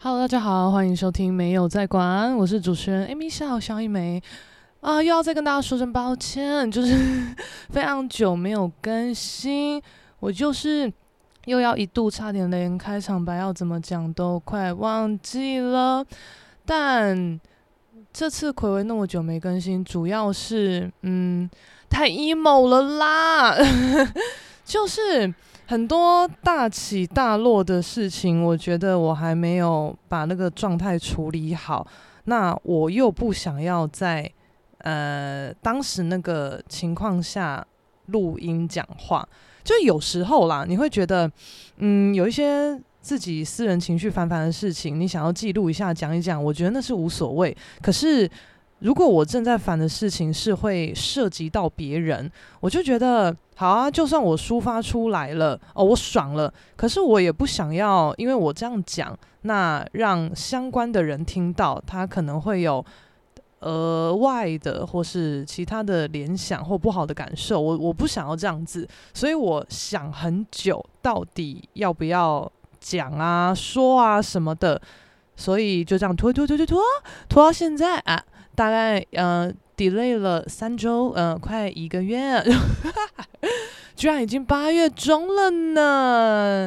Hello，大家好，欢迎收听没有在管，我是主持人 Amy 小一枚啊，又要再跟大家说声抱歉，就是非常久没有更新，我就是又要一度差点连开场白要怎么讲都快忘记了，但这次睽违那么久没更新，主要是太 emo 了啦，就是很多大起大落的事情，我觉得我还没有把那个状态处理好。那我又不想要在当时那个情下录音讲话，就有时候啦，你会觉得有一些自己私人情绪烦的事情，你想要记录一下讲一讲，我觉得那是无所谓。可是如果我正在烦的事情是会涉及到别人，我就觉得好啊，就算我抒发出来了，我爽了，可是我也不想要，因为我这样讲，那让相关的人听到，他可能会有额外的或是其他的联想或不好的感受，我不想要这样子，所以我想很久，到底要不要讲啊、说啊什么的，所以就这样拖到现在啊。大概delay 了3周，快1个月，居然已经8月中了呢。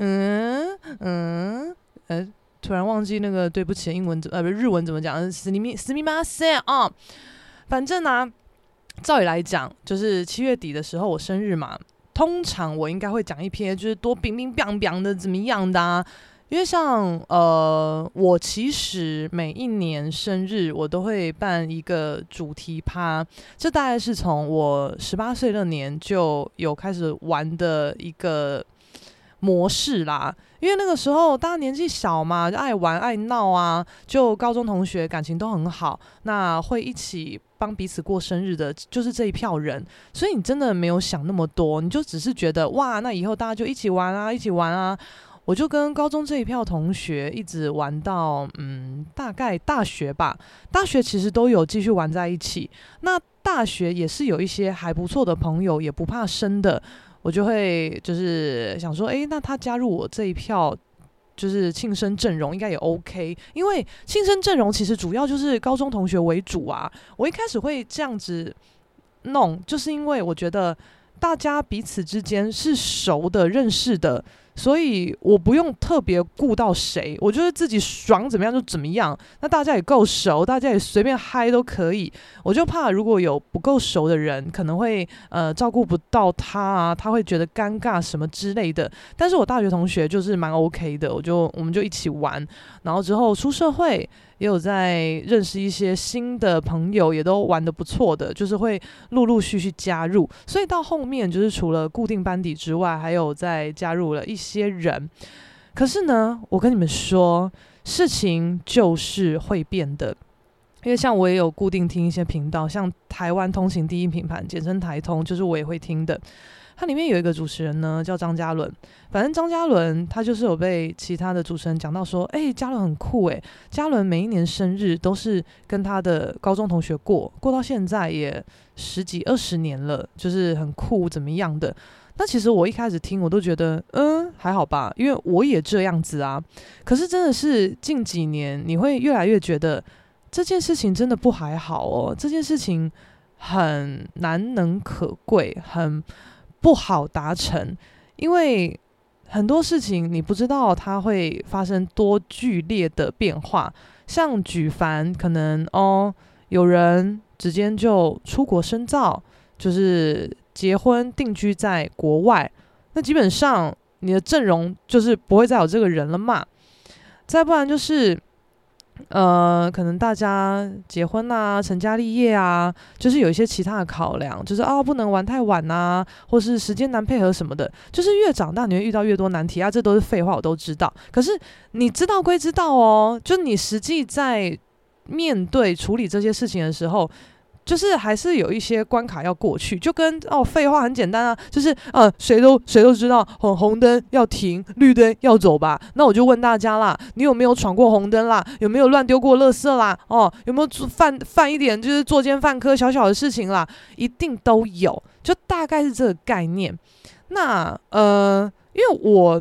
突然忘记那个对不起的英文日文怎么讲，すみません啊。反正啊，照理来讲，就是7月底的时候我生日嘛，通常我应该会讲一篇就是多冰冰冰冰的怎么样的啊。因为像我其实每一年生日我都会办一个主题趴，这大概是从我18岁那年就有开始玩的一个模式啦。因为那个时候大家年纪小嘛，就爱玩爱闹啊，就高中同学感情都很好，那会一起帮彼此过生日的就是这一票人，所以你真的没有想那么多，你就只是觉得哇，那以后大家就一起玩啊。我就跟高中这一票同学一直玩到大概大学吧，大学其实都有继续玩在一起。那大学也是有一些还不错的朋友，也不怕生的，我就会就是想说，那他加入我这一票，就是庆生阵容应该也 OK， 因为庆生阵容其实主要就是高中同学为主啊。我一开始会这样子弄，就是因为我觉得大家彼此之间是熟的、认识的。所以我不用特别顾到谁，我就是自己爽怎么样就怎么样。那大家也够熟，大家也随便嗨都可以。我就怕如果有不够熟的人，可能会照顾不到他啊，他会觉得尴尬什么之类的。但是我大学同学就是蛮 OK 的，我们就一起玩。然后之后出社会，也有在认识一些新的朋友，也都玩得不错的，就是会陆陆续续加入。所以到后面就是除了固定班底之外，还有再加入了一些人。可是呢，我跟你们说，事情就是会变的。因为像我也有固定听一些频道，像台湾通勤第一品牌，简称台通，就是我也会听的。它里面有一个主持人呢，叫张嘉伦。反正张嘉伦他就是有被其他的主持人讲到说，嘉伦很酷嘉伦每一年生日都是跟他的高中同学过到现在也10几20年了，就是很酷怎么样的。那其实我一开始听我都觉得还好吧，因为我也这样子啊。可是真的是近几年你会越来越觉得这件事情真的不还好哦，这件事情很难能可贵，很不好达成，因为很多事情你不知道它会发生多剧烈的变化。像举凡可能有人直接就出国深造，就是结婚定居在国外，那基本上你的阵容就是不会再有这个人了嘛。再不然就是可能大家结婚啊、成家立业啊，就是有一些其他的考量，就是不能玩太晚啊，或是时间难配合什么的。就是越长大你会遇到越多难题啊，这都是废话，我都知道。可是你知道归知道哦，就你实际在面对处理这些事情的时候，就是还是有一些关卡要过去，就跟废话很简单啊，就是谁都知道红灯要停，绿灯要走吧。那我就问大家啦，你有没有闯过红灯啦？有没有乱丢过垃圾啦？有没有犯一点就是作奸犯科小小的事情啦？一定都有，就大概是这个概念。那因为我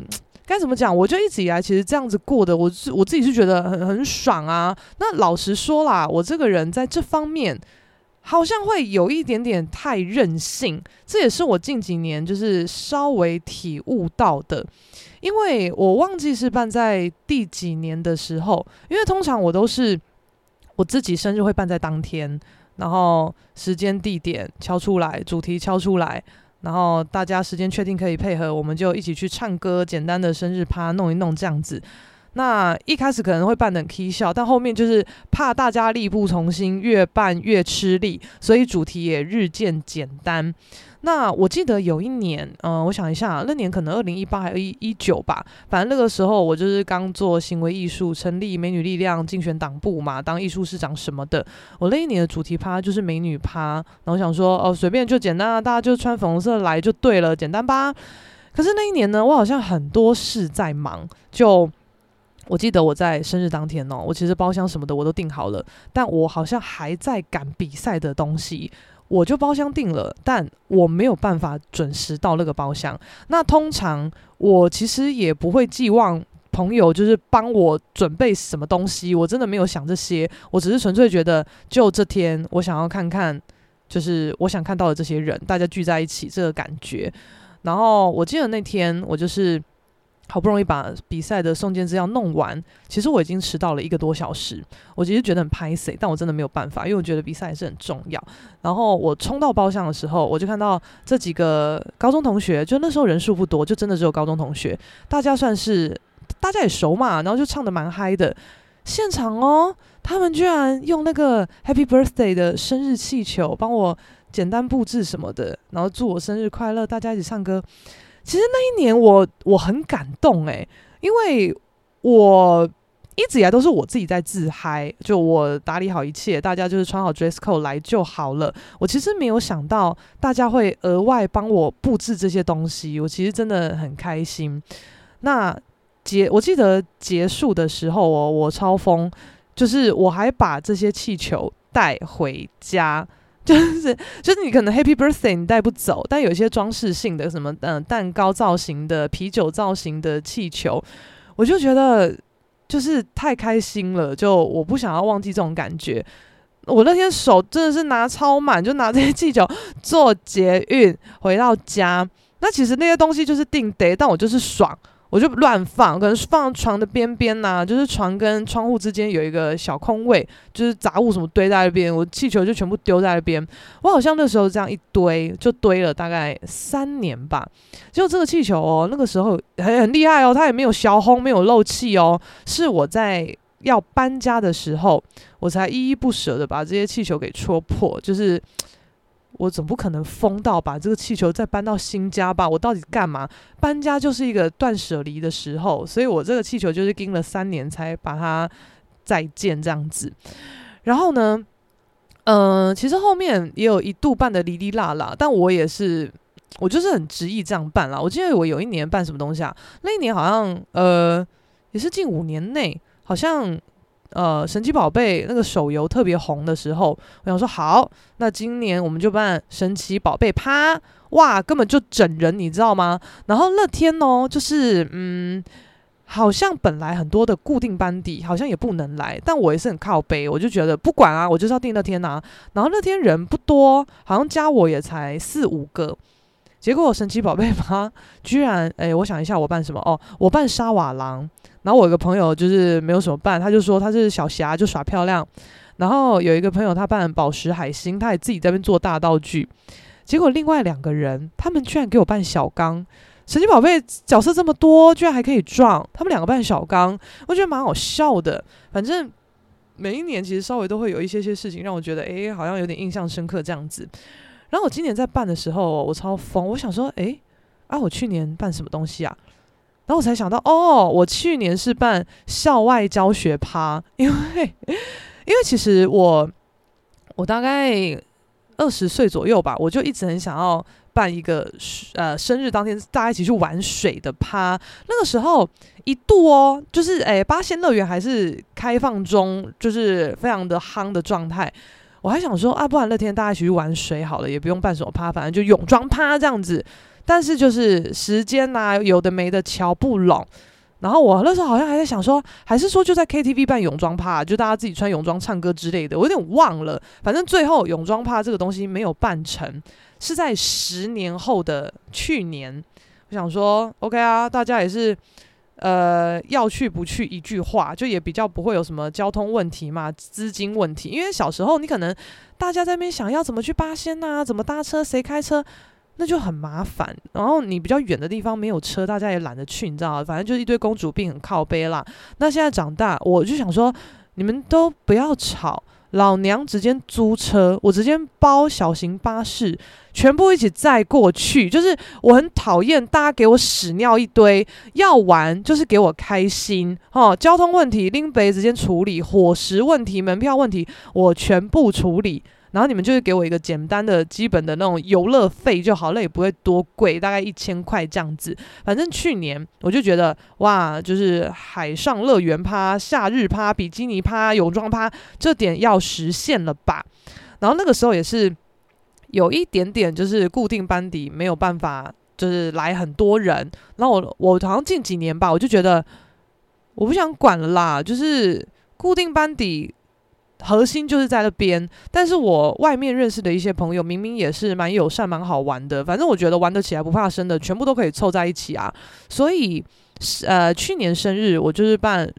该怎么讲？我就一直以来其实这样子过的，我自己是觉得很爽啊。那老实说啦，我这个人在这方面好像会有一点点太任性，这也是我近几年就是稍微体悟到的。因为我忘记是办在第几年的时候，因为通常我都是我自己生日会办在当天，然后时间地点敲出来，主题敲出来，然后大家时间确定可以配合，我们就一起去唱歌，简单的生日趴弄一弄这样子。那一开始可能会办得很 k 笑，但后面就是怕大家力不从心，越办越吃力，所以主题也日渐简单。那我记得有一年，我想一下，那年可能2018还是19吧，反正那个时候我就是刚做行为艺术，成立美女力量竞选党部嘛，当艺术市长什么的。我那一年的主题趴就是美女趴，然后想说，随便就简单啊，大家就穿粉红色来就对了，简单吧。可是那一年呢，我好像很多事在忙，我记得我在生日当天我其实包厢什么的我都订好了，但我好像还在赶比赛的东西。我就包厢订了，但我没有办法准时到那个包厢。那通常我其实也不会寄望朋友就是帮我准备什么东西，我真的没有想这些，我只是纯粹觉得就这天我想要看看，就是我想看到的这些人大家聚在一起这个感觉。然后我记得那天我就是好不容易把比赛的送件资料弄完，其实我已经迟到了1个多小时，我其实觉得很拍谢，但我真的没有办法，因为我觉得比赛也是很重要。然后我冲到包厢的时候，我就看到这几个高中同学，就那时候人数不多，就真的只有高中同学，大家也熟嘛，然后就唱得蛮嗨的。现场他们居然用那个 Happy Birthday 的生日气球帮我简单布置什么的，然后祝我生日快乐，大家一起唱歌。其实那一年我很感动因为我一直以来都是我自己在自嗨，就我打理好一切，大家就是穿好 dress code 来就好了。我其实没有想到大家会额外帮我布置这些东西，我其实真的很开心。那我记得结束的时候我超疯，就是我还把这些气球带回家。就是你可能 Happy Birthday 你带不走，但有一些装饰性的什么蛋糕造型的、啤酒造型的气球，我就觉得就是太开心了，就我不想要忘记这种感觉。我那天手真的是拿超满，就拿这些气球坐捷运回到家。那其实那些东西就是定得，但我就是爽。我就乱放，可能放床的边边呐，就是床跟窗户之间有一个小空位，就是杂物什么堆在那边，我气球就全部丢在那边。我好像那时候这样一堆，就堆了大概3年吧。结果这个气球那个时候很厉害它也没有消轰，没有漏气是我在要搬家的时候，我才依依不舍的把这些气球给戳破，就是我总不可能疯到把这个气球再搬到新家吧？我到底干嘛？搬家就是一个断舍离的时候，所以我这个气球就是盯了3年才把它再见这样子。然后呢，其实后面也有一度办的哩哩啦啦，但我就是很执意这样办啦。我记得我有一年办什么东西啊？那一年好像也是近5年内，好像神奇宝贝那个手游特别红的时候，我想说好，那今年我们就办神奇宝贝趴，哇，根本就整人，你知道吗？然后那天就是好像本来很多的固定班底好像也不能来，但我也是很靠北，我就觉得不管啊，我就是要订那天啊。然后那天人不多，好像加我也才4-5个。结果神奇宝贝趴居然我想一下我办什么我办沙瓦郎。然后我有个朋友就是没有什么办，他就说他是小霞就耍漂亮。然后有一个朋友他办宝石海星，他也自己在那边做大道具。结果另外2个人他们居然给我办小刚。神奇宝贝角色这么多，居然还可以撞，他们2个办小刚，我觉得蛮好笑的。反正每一年其实稍微都会有一些事情让我觉得好像有点印象深刻这样子。然后我今年在办的时候我超疯，我想说我去年办什么东西啊？然后我才想到我去年是办校外教学趴。因为其实我大概20岁左右吧，我就一直很想要办一个生日当天大家一起去玩水的趴。那个时候一度就是八仙乐园还是开放中，就是非常的夯的状态。我还想说不然那天大家一起去玩水好了，也不用办什么趴，反正就泳装趴这样子。但是就是时间有的没的瞧不拢， 然后我那时候好像还在想说，还是说就在 KTV 办泳装趴，就大家自己穿泳装唱歌之类的，我有点忘了。反正最后泳装趴这个东西没有办成，是在10年后的去年。我想说 OK 啊，大家也是要去不去一句话，就也比较不会有什么交通问题嘛，资金问题。因为小时候你可能大家在那边想要怎么去八仙啊，怎么搭车，谁开车，那就很麻烦。然后你比较远的地方没有车，大家也懒得去，你知道吗？反正就是一堆公主病，很靠背啦。那现在长大，我就想说，你们都不要吵，老娘直接租车，我直接包小型巴士，全部一起载过去。就是我很讨厌大家给我屎尿一堆，要玩就是给我开心哦。交通问题拎北直接处理，伙食问题、门票问题我全部处理。然后你们就是给我一个简单的基本的那种游乐费就好了，也不会多贵，大概1000块这样子。反正去年我就觉得哇，就是海上乐园趴、夏日趴、比基尼趴、泳装趴，这点要实现了吧。然后那个时候也是有一点点就是固定班底没有办法就是来很多人，然后我好像近几年吧，我就觉得我不想管了啦，就是固定班底核心就是在那边，但是我外面认识的一些朋友明明也是蛮友善蛮好玩的，反正我觉得玩得起来不怕生的全部都可以凑在一起啊。所以去年生日我就是办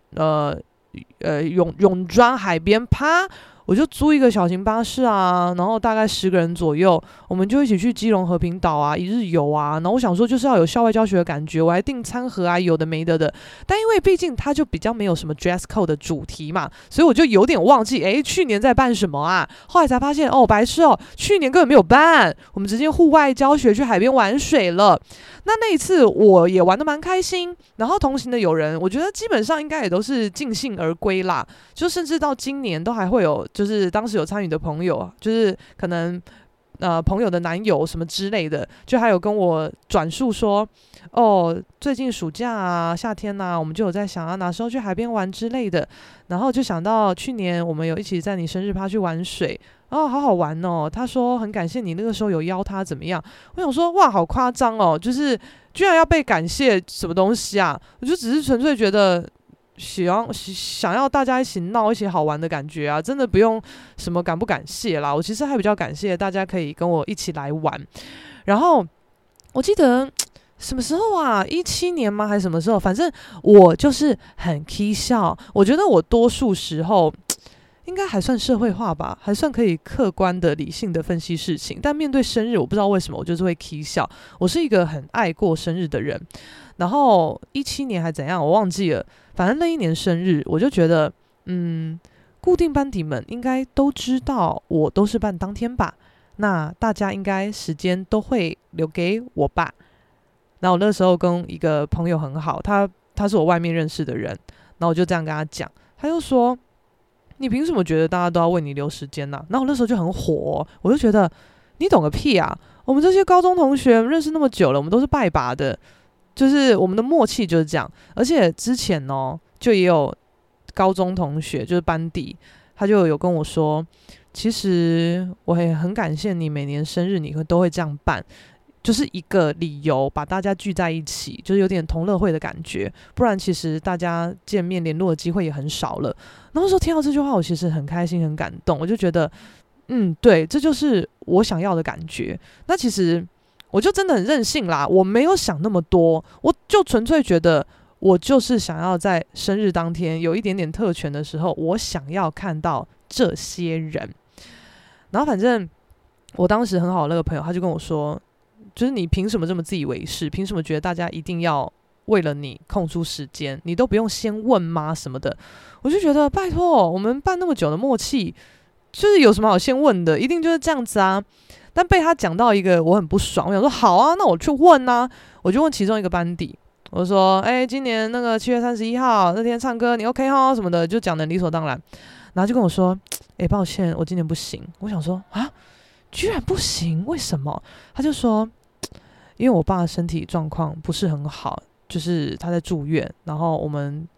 泳装海边趴，我就租一个小型巴士啊，然后大概10个人左右，我们就一起去基隆和平岛啊，一日游啊。然后我想说就是要有校外教学的感觉，我还订餐盒啊，有的没的。但因为毕竟它就比较没有什么 dress code 的主题嘛，所以我就有点忘记，去年在办什么啊？后来才发现，白痴哦，去年根本没有办，我们直接户外教学去海边玩水了。那一次我也玩得蛮开心，然后同行的友人，我觉得基本上应该也都是尽兴而归啦。就甚至到今年都还会有，就是当时有参与的朋友，就是可能朋友的男友什么之类的，就还有跟我转述说，最近暑假啊、夏天啊，我们就有在想哪时候去海边玩之类的。然后就想到去年我们有一起在你生日趴去玩水。好好玩哦！他说很感谢你那个时候有邀他怎么样？我想说哇，好夸张哦！就是居然要被感谢什么东西啊？我就只是纯粹觉得想要大家一起闹一起好玩的感觉啊，真的不用什么感不感谢啦。我其实还比较感谢大家可以跟我一起来玩。然后我记得什么时候啊？17年吗？还是什么时候？反正我就是很起笑。我觉得我多数时候应该还算社会化吧，还算可以客观的理性的分析事情。但面对生日，我不知道为什么我就是会起笑。我是一个很爱过生日的人。然后17年还怎样，我忘记了。反正那一年生日，我就觉得固定班底们应该都知道我都是办当天吧，那大家应该时间都会留给我吧。然后我那时候跟一个朋友很好，他是我外面认识的人，然后我就这样跟他讲，他就说你凭什么觉得大家都要为你留时间呢？然后我那时候就很火我就觉得你懂个屁啊！我们这些高中同学认识那么久了，我们都是拜把的，就是我们的默契就是这样。而且之前就也有高中同学，就是班底，他就有跟我说，其实我也很感谢你每年生日你都会这样办，就是一个理由把大家聚在一起，就是有点同乐会的感觉，不然其实大家见面联络的机会也很少了。然后说听到这句话，我其实很开心很感动，我就觉得对，这就是我想要的感觉。那其实我就真的很任性啦，我没有想那么多，我就纯粹觉得我就是想要在生日当天有一点点特权的时候，我想要看到这些人。然后反正我当时很好的那个朋友，他就跟我说，就是你凭什么这么自以为是？凭什么觉得大家一定要为了你空出时间？你都不用先问吗？什么的？我就觉得拜托，我们办那么久的默契，就是有什么好先问的？一定就是这样子啊！但被他讲到一个我很不爽，我想说好啊，那我去问啊，我就问其中一个班底，我说今年那个7月31号那天唱歌你 OK 齁什么的，就讲的理所当然。然后就跟我说抱歉我今年不行。我想说啊，居然不行，为什么？他就说因为我爸的身体状况不是很好，就是他在住院，然后我们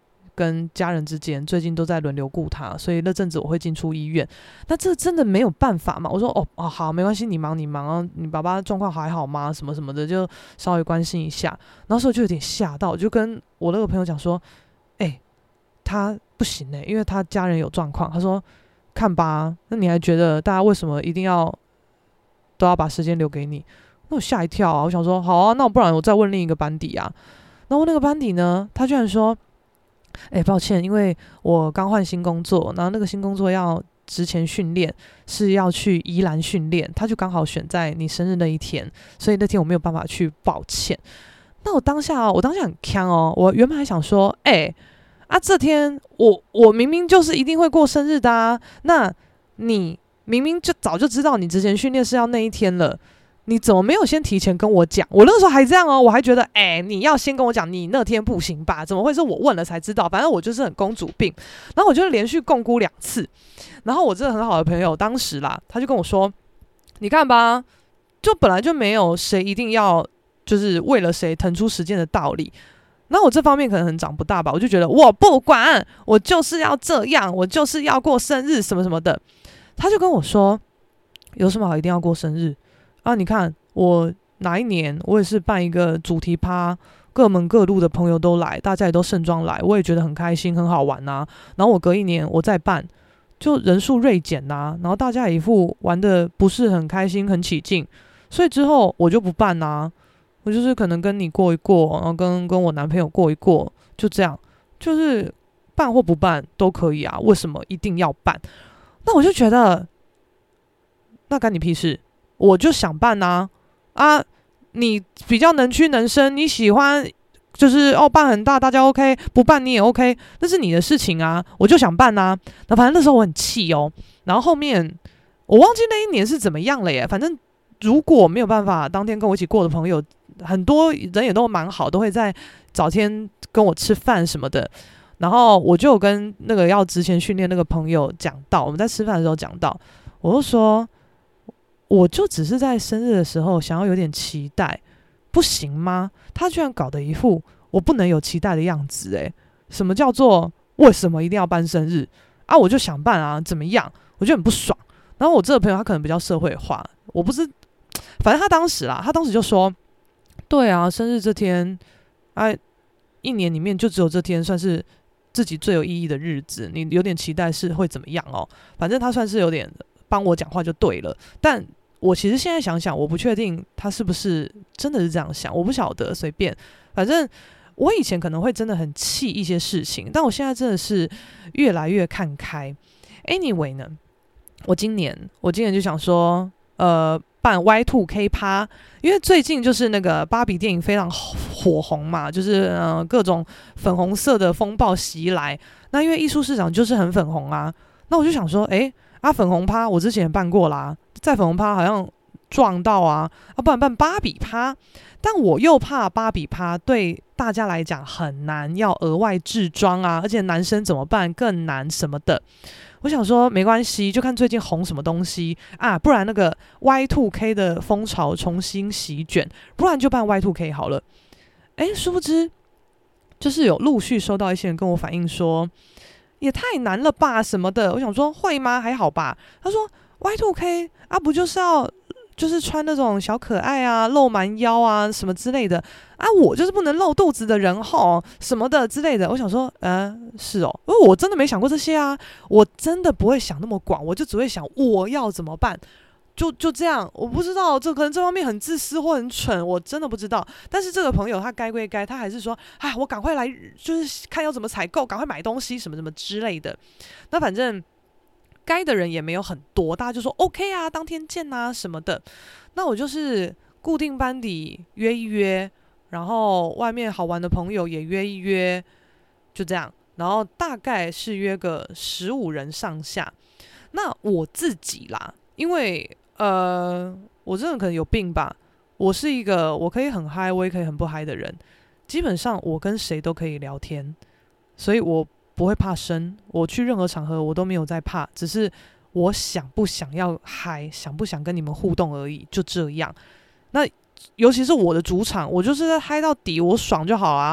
跟家人之间最近都在轮流顾他，所以那阵子我会进出医院。那这真的没有办法嘛？我说好，没关系，你忙啊，你爸爸状况还好吗？什么什么的，就稍微关心一下。然后所以我就有点吓到，我就跟我那个朋友讲说，他不行因为他家人有状况。他说看吧，那你还觉得大家为什么一定要都要把时间留给你？那我吓一跳啊！我想说好啊，那不然我再问另一个班底啊。然后那个班底呢，他居然说抱歉，因为我刚换新工作，然后那个新工作要职前训练，是要去宜兰训练，他就刚好选在你生日那一天，所以那天我没有办法去，抱歉。那我当下很呛哦，我原本还想说这天我明明就是一定会过生日的啊，那你明明就早就知道你之前训练是要那一天了，你怎么没有先提前跟我讲？我那个时候还这样我还觉得你要先跟我讲，你那天不行吧？怎么会是我问了才知道？反正我就是很公主病。然后我就连续共估2次，然后我这个很好的朋友当时啦，他就跟我说，你看吧，就本来就没有谁一定要就是为了谁腾出时间的道理。那我这方面可能很长不大吧，我就觉得我不管，我就是要这样，我就是要过生日什么什么的。他就跟我说，有什么好一定要过生日啊？你看我哪一年我也是办一个主题趴，各门各路的朋友都来，大家也都盛装来，我也觉得很开心很好玩啊。然后我隔一年我再办，就人数锐减啊，然后大家也一副玩的不是很开心很起劲，所以之后我就不办啊。我就是可能跟你过一过，然后跟我男朋友过一过，就这样，就是办或不办都可以啊，为什么一定要办？那我就觉得，那干你屁事，我就想办啊，你比较能屈能伸，你喜欢就是办很大，大家 OK， 不办你也 OK， 那是你的事情啊，我就想办啊。那反正那时候我很气然后后面我忘记那一年是怎么样了耶，反正如果没有办法当天跟我一起过的朋友，很多人也都蛮好，都会在早天跟我吃饭什么的。然后我就有跟那个要之前训练那个朋友讲到，我们在吃饭的时候讲到，我就说，我就只是在生日的时候想要有点期待，不行吗？他居然搞得一副我不能有期待的样子什么叫做为什么一定要办生日啊？我就想办啊，怎么样？我就很不爽。然后我这个朋友他可能比较社会化，我不是，反正他当时就说，对啊，生日这天一年里面就只有这天算是自己最有意义的日子，你有点期待是会怎么样反正他算是有点帮我讲话就对了。但我其实现在想想，我不确定他是不是真的是这样想，我不晓得，随便。反正我以前可能会真的很气一些事情，但我现在真的是越来越看开。Anyway 呢，我今年就想说办 Y2K 趴，因为最近就是那个芭比电影非常火红嘛，就是各种粉红色的风暴袭来。那因为艺术市场就是很粉红啊，那我就想说粉红趴我之前也办过啦，在粉红趴好像撞到不然办芭比趴。但我又怕芭比趴对大家来讲很难，要额外置装而且男生怎么办更难什么的。我想说没关系，就看最近红什么东西不然那个 Y2K 的风潮重新席卷，不然就办 Y2K 好了。殊不知就是有陆续收到一些人跟我反映说，也太难了吧什么的。我想说会吗？还好吧。他说 Y2K 不就是要就是穿那种小可爱露蛮腰什么之类的我就是不能露肚子的人什么的之类的。我想说是因为我真的没想过这些我真的不会想那么广，我就只会想我要怎么办，就这样。我不知道，可能这方面很自私或很蠢，我真的不知道。但是这个朋友他该归该，他还是说我赶快来，就是看要怎么采购，赶快买东西什么什么之类的。那反正该的人也没有很多，大家就说 OK 当天见什么的。那我就是固定班底约一约，然后外面好玩的朋友也约一约，就这样。然后大概是约个15人上下。那我自己啦，因为我真的可能有病吧，我是一个我可以很嗨我也可以很不嗨的人，基本上我跟谁都可以聊天，所以我不会怕生，我去任何场合我都没有在怕，只是我想不想要嗨，想不想跟你们互动而已，就这样。那尤其是我的主场，我就是在嗨到底，我爽就好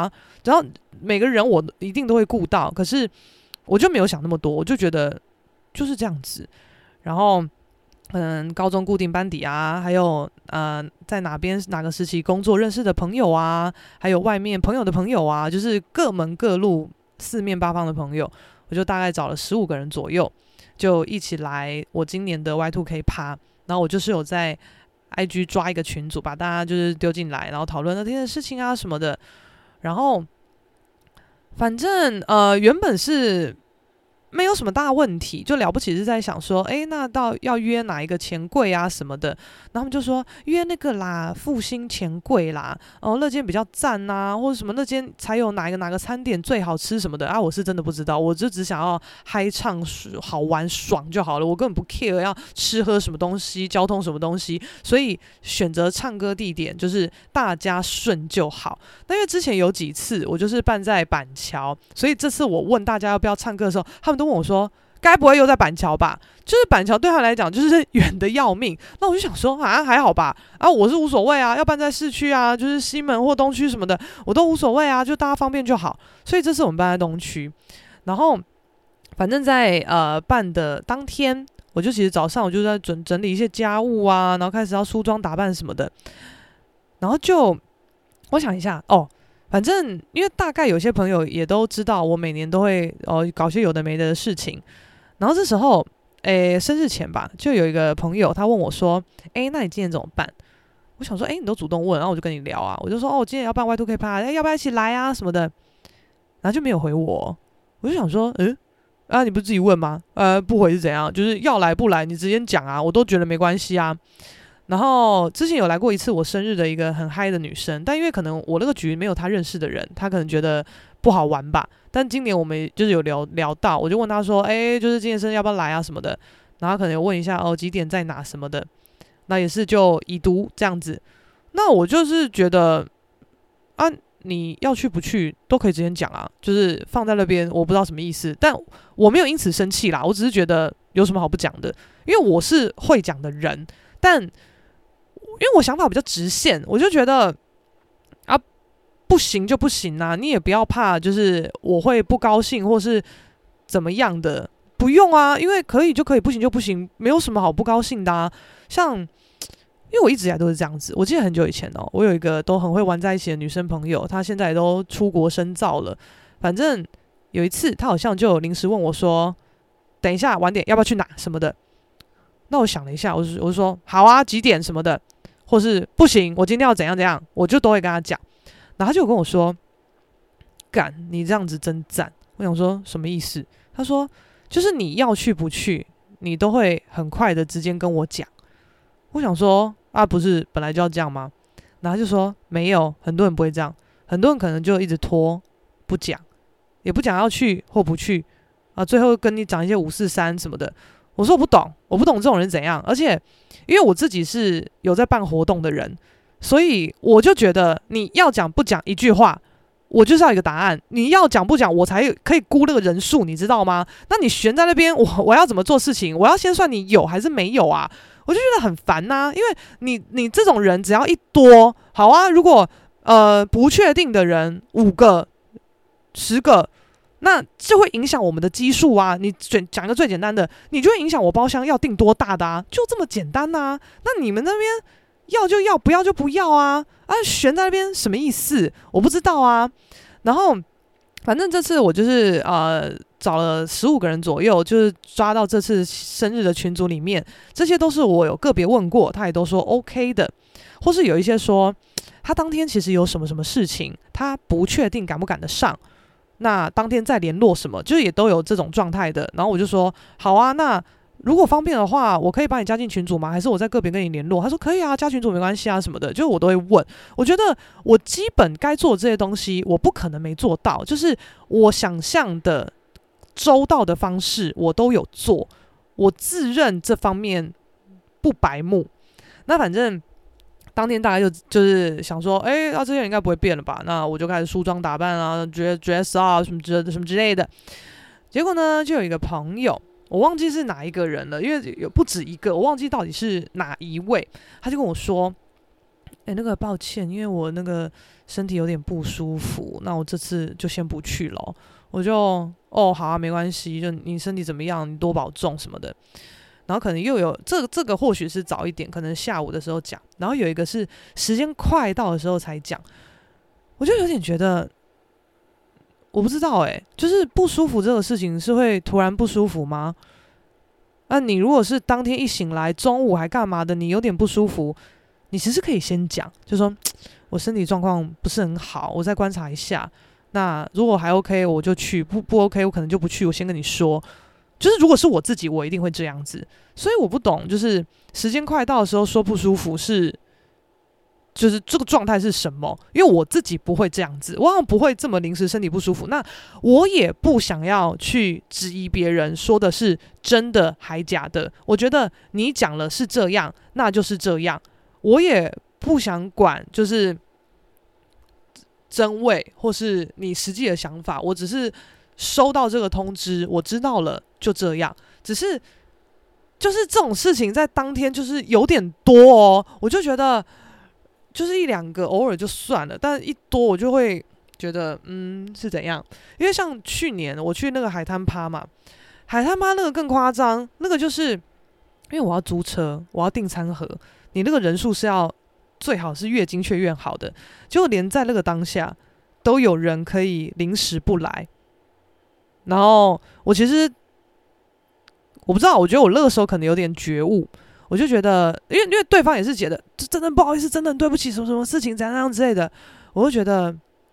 然后每个人我一定都会顾到，可是我就没有想那么多，我就觉得就是这样子。然后高中固定班底啊，还有在哪个时期工作认识的朋友啊，还有外面朋友的朋友啊，就是各门各路四面八方的朋友，我就大概找了15个人左右，就一起来我今年的 Y2K 趴。然后我就是有在 IG 抓一个群组，把大家就是丢进来，然后讨论那天的事情啊什么的。然后反正原本是没有什么大问题，就了不起是在想说，那到要约哪一个钱柜啊什么的，然后他们就说约那个啦，复兴钱柜啦，那间比较赞啊，或者什么那间才有哪个餐点最好吃什么的啊，我是真的不知道，我就只想要嗨唱好玩爽就好了，我根本不 care 要吃喝什么东西，交通什么东西，所以选择唱歌地点就是大家顺就好。那因为之前有几次我就是办在板桥，所以这次我问大家要不要唱歌的时候，他们都问我说该不会又在板桥吧，就是板桥对他来讲就是远的要命。那我就想说还好吧，我是无所谓啊，要办在市区啊，就是西门或东区什么的我都无所谓啊，就大家方便就好。所以这次我们办在东区，然后反正在办的当天，我就其实早上我就在整理一些家务啊，然后开始要梳妆打扮什么的，然后就我想一下反正因为大概有些朋友也都知道我每年都会搞些有的没的事情，然后这时候生日前吧，就有一个朋友他问我说那你今年怎么办？我想说你都主动问，然后我就跟你聊啊，我就说我今年要办 Y2K 趴，要不要一起来啊什么的，然后就没有回我。我就想说你不是自己问吗？不回是怎样？就是要来不来你直接讲啊，我都觉得没关系啊。然后之前有来过一次我生日的一个很嗨的女生，但因为可能我那个局没有她认识的人，她可能觉得不好玩吧。但今年我们就是有聊到，我就问她说就是今年生日要不要来啊什么的，然后可能有问一下几点在哪什么的，那也是就已读这样子。那我就是觉得你要去不去都可以直接讲啊，就是放在那边我不知道什么意思，但我没有因此生气啦，我只是觉得有什么好不讲的，因为我是会讲的人，但因为我想法比较直线，我就觉得不行就不行啊，你也不要怕就是我会不高兴或是怎么样的，不用啊，因为可以就可以，不行就不行，没有什么好不高兴的啊。像因为我一直以来都是这样子，我记得很久以前我有一个都很会玩在一起的女生朋友，她现在也都出国深造了，反正有一次她好像就有临时问我说等一下晚点要不要去哪什么的，那我想了一下，我就说好啊，几点什么的，或是不行我今天要怎样怎样，我就都会跟她讲。然后他就有跟我说干你这样子真赞，我想说什么意思？他说就是你要去不去你都会很快的直接跟我讲。我想说不是本来就要这样吗？然后他就说没有，很多人不会这样，很多人可能就一直拖不讲，也不讲要去或不去最后跟你讲一些543什么的。我说我不懂这种人怎样，而且因为我自己是有在办活动的人，所以我就觉得你要讲不讲一句话，我就是要一个答案。你要讲不讲，我才可以估那个人数，你知道吗？那你悬在那边，我要怎么做事情？我要先算你有还是没有啊？我就觉得很烦啊，因为你这种人只要一多，好啊，如果不确定的人5个、10个，那就会影响我们的基数啊。你讲一个最简单的，你就会影响我包厢要订多大的啊，就这么简单啊。那你们那边要就要，不要就不要啊！悬在那边什么意思？我不知道啊。然后反正这次我就是找了15个人左右，就是抓到这次生日的群组里面，这些都是我有个别问过，他也都说 OK 的，或是有一些说他当天其实有什么什么事情，他不确定赶不赶得上，那当天再联络什么，就是也都有这种状态的。然后我就说好啊，那如果方便的话，我可以把你加进群组吗？还是我在个别跟你联络？他说可以啊，加群组没关系啊什么的，就我都会问。我觉得我基本该做的这些东西，我不可能没做到，就是我想象的周到的方式我都有做，我自认这方面不白目。那反正当天大概就是想说这些人应该不会变了吧，那我就开始梳妆打扮啊，dress 啊什么之类的。结果呢，就有一个朋友，我忘记是哪一个人了，因为有不止一个，我忘记到底是哪一位。他就跟我说那个抱歉，因为我那个身体有点不舒服，那我这次就先不去了。我就好啊，没关系，就你身体怎么样，你多保重什么的。然后可能又有这个或许是早一点，可能下午的时候讲，然后有一个是时间快到的时候才讲，我就有点觉得，我不知道就是不舒服这个事情是会突然不舒服吗？那你如果是当天一醒来，中午还干嘛的，你有点不舒服，你其实可以先讲，就说我身体状况不是很好，我再观察一下。那如果还 OK， 我就去；不 OK， 我可能就不去。我先跟你说。就是如果是我自己，我一定会这样子。所以我不懂，就是时间快到的时候说不舒服就是这个状态是什么？因为我自己不会这样子，我好像不会这么临时身体不舒服。那我也不想要去质疑别人说的是真的还假的。我觉得你讲了是这样，那就是这样。我也不想管，就是真伪或是你实际的想法。我只是收到这个通知，我知道了，就这样。只是就是这种事情在当天就是有点多哦，我就觉得就是一两个偶尔就算了，但一多我就会觉得是怎样？因为像去年我去那个海滩趴嘛，海滩趴那个更夸张，那个就是因为我要租车，我要订餐盒，你那个人数是要最好是越精确越好的，就连在那个当下都有人可以临时不来。然后我其实我不知道，我觉得我那个时候可能有点觉悟，我就觉得，因为对方也是觉得这真的不好意思，真的很对不起，什么什么事情怎样之类的，我就觉得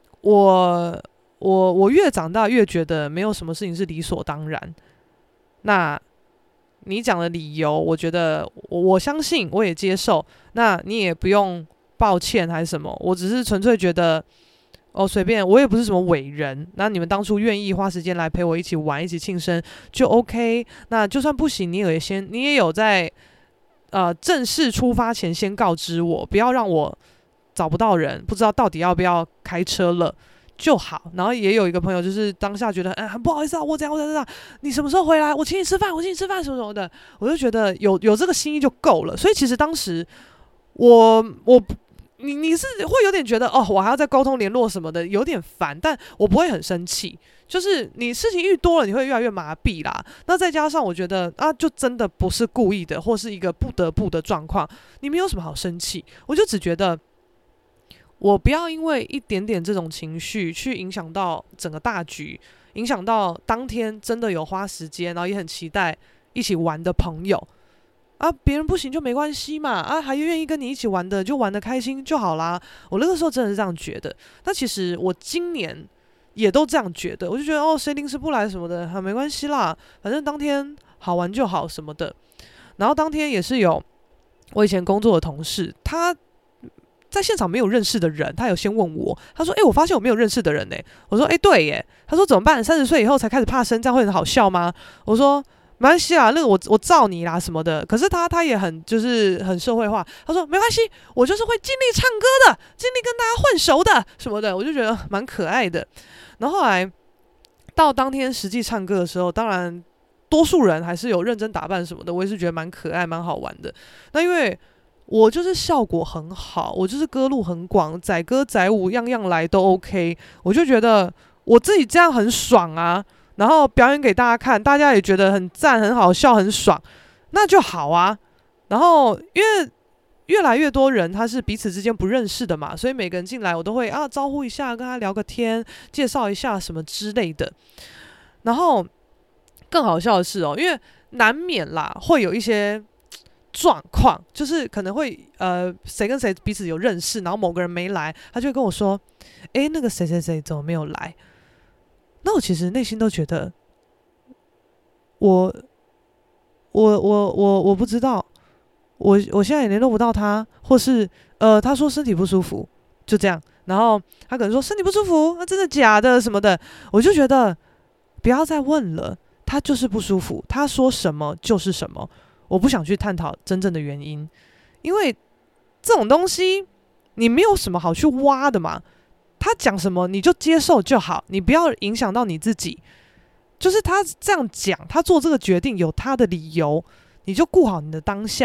我越长大越觉得没有什么事情是理所当然。那你讲的理由，我觉得我相信，我也接受，那你也不用抱歉还是什么，我只是纯粹觉得。随便，我也不是什么伟人。那你们当初愿意花时间来陪我一起玩，一起庆生，就 OK。那就算不行，你也有在正式出发前先告知我，不要让我找不到人，不知道到底要不要开车了就好。然后也有一个朋友，就是当下觉得，很不好意思啊，我这样，你什么时候回来？我请你吃饭，什么什么的。我就觉得有这个心意就够了。所以其实当时我。你是会有点觉得我还要再沟通联络什么的，有点烦，但我不会很生气。就是你事情遇多了，你会越来越麻痹啦。那再加上我觉得就真的不是故意的，或是一个不得不的状况，你没有什么好生气。我就只觉得，我不要因为一点点这种情绪去影响到整个大局，影响到当天真的有花时间，然后也很期待一起玩的朋友。别人不行就没关系嘛，还愿意跟你一起玩的就玩得开心就好啦。我那个时候真的是这样觉得。那其实我今年也都这样觉得，我就觉得谁临时不来什么的没关系啦，反正当天好玩就好什么的。然后当天也是有我以前工作的同事，他在现场没有认识的人，他有先问我，他说我发现我没有认识的人我说对耶。他说怎么办？30岁以后才开始怕生，这样会很好笑吗？我说没关系啊，那个我罩你啦什么的。可是他也很就是很社会化，他说没关系，我就是会尽力唱歌的，尽力跟大家混熟的什么的，我就觉得蛮可爱的。然后后来到当天实际唱歌的时候，当然多数人还是有认真打扮什么的，我也是觉得蛮可爱蛮好玩的。那因为我就是效果很好，我就是歌路很广，载歌载舞样样来都 OK， 我就觉得我自己这样很爽啊。然后表演给大家看，大家也觉得很赞、很好笑、很爽，那就好啊。然后因为越来越多人他是彼此之间不认识的嘛，所以每个人进来我都会招呼一下，跟他聊个天，介绍一下什么之类的。然后更好笑的是因为难免啦会有一些状况，就是可能会谁跟谁彼此有认识，然后某个人没来，他就会跟我说，那个谁谁谁怎么没有来？那我其实内心都觉得，我不知道，我现在也联络不到他，或是他说身体不舒服，就这样。然后他可能说身体不舒服，那真的假的什么的，我就觉得不要再问了，他就是不舒服，他说什么就是什么，我不想去探讨真正的原因，因为这种东西你没有什么好去挖的嘛。他讲什么你就接受就好，你不要影响到你自己。就是他这样讲，他做这个决定有他的理由，你就顾好你的当下，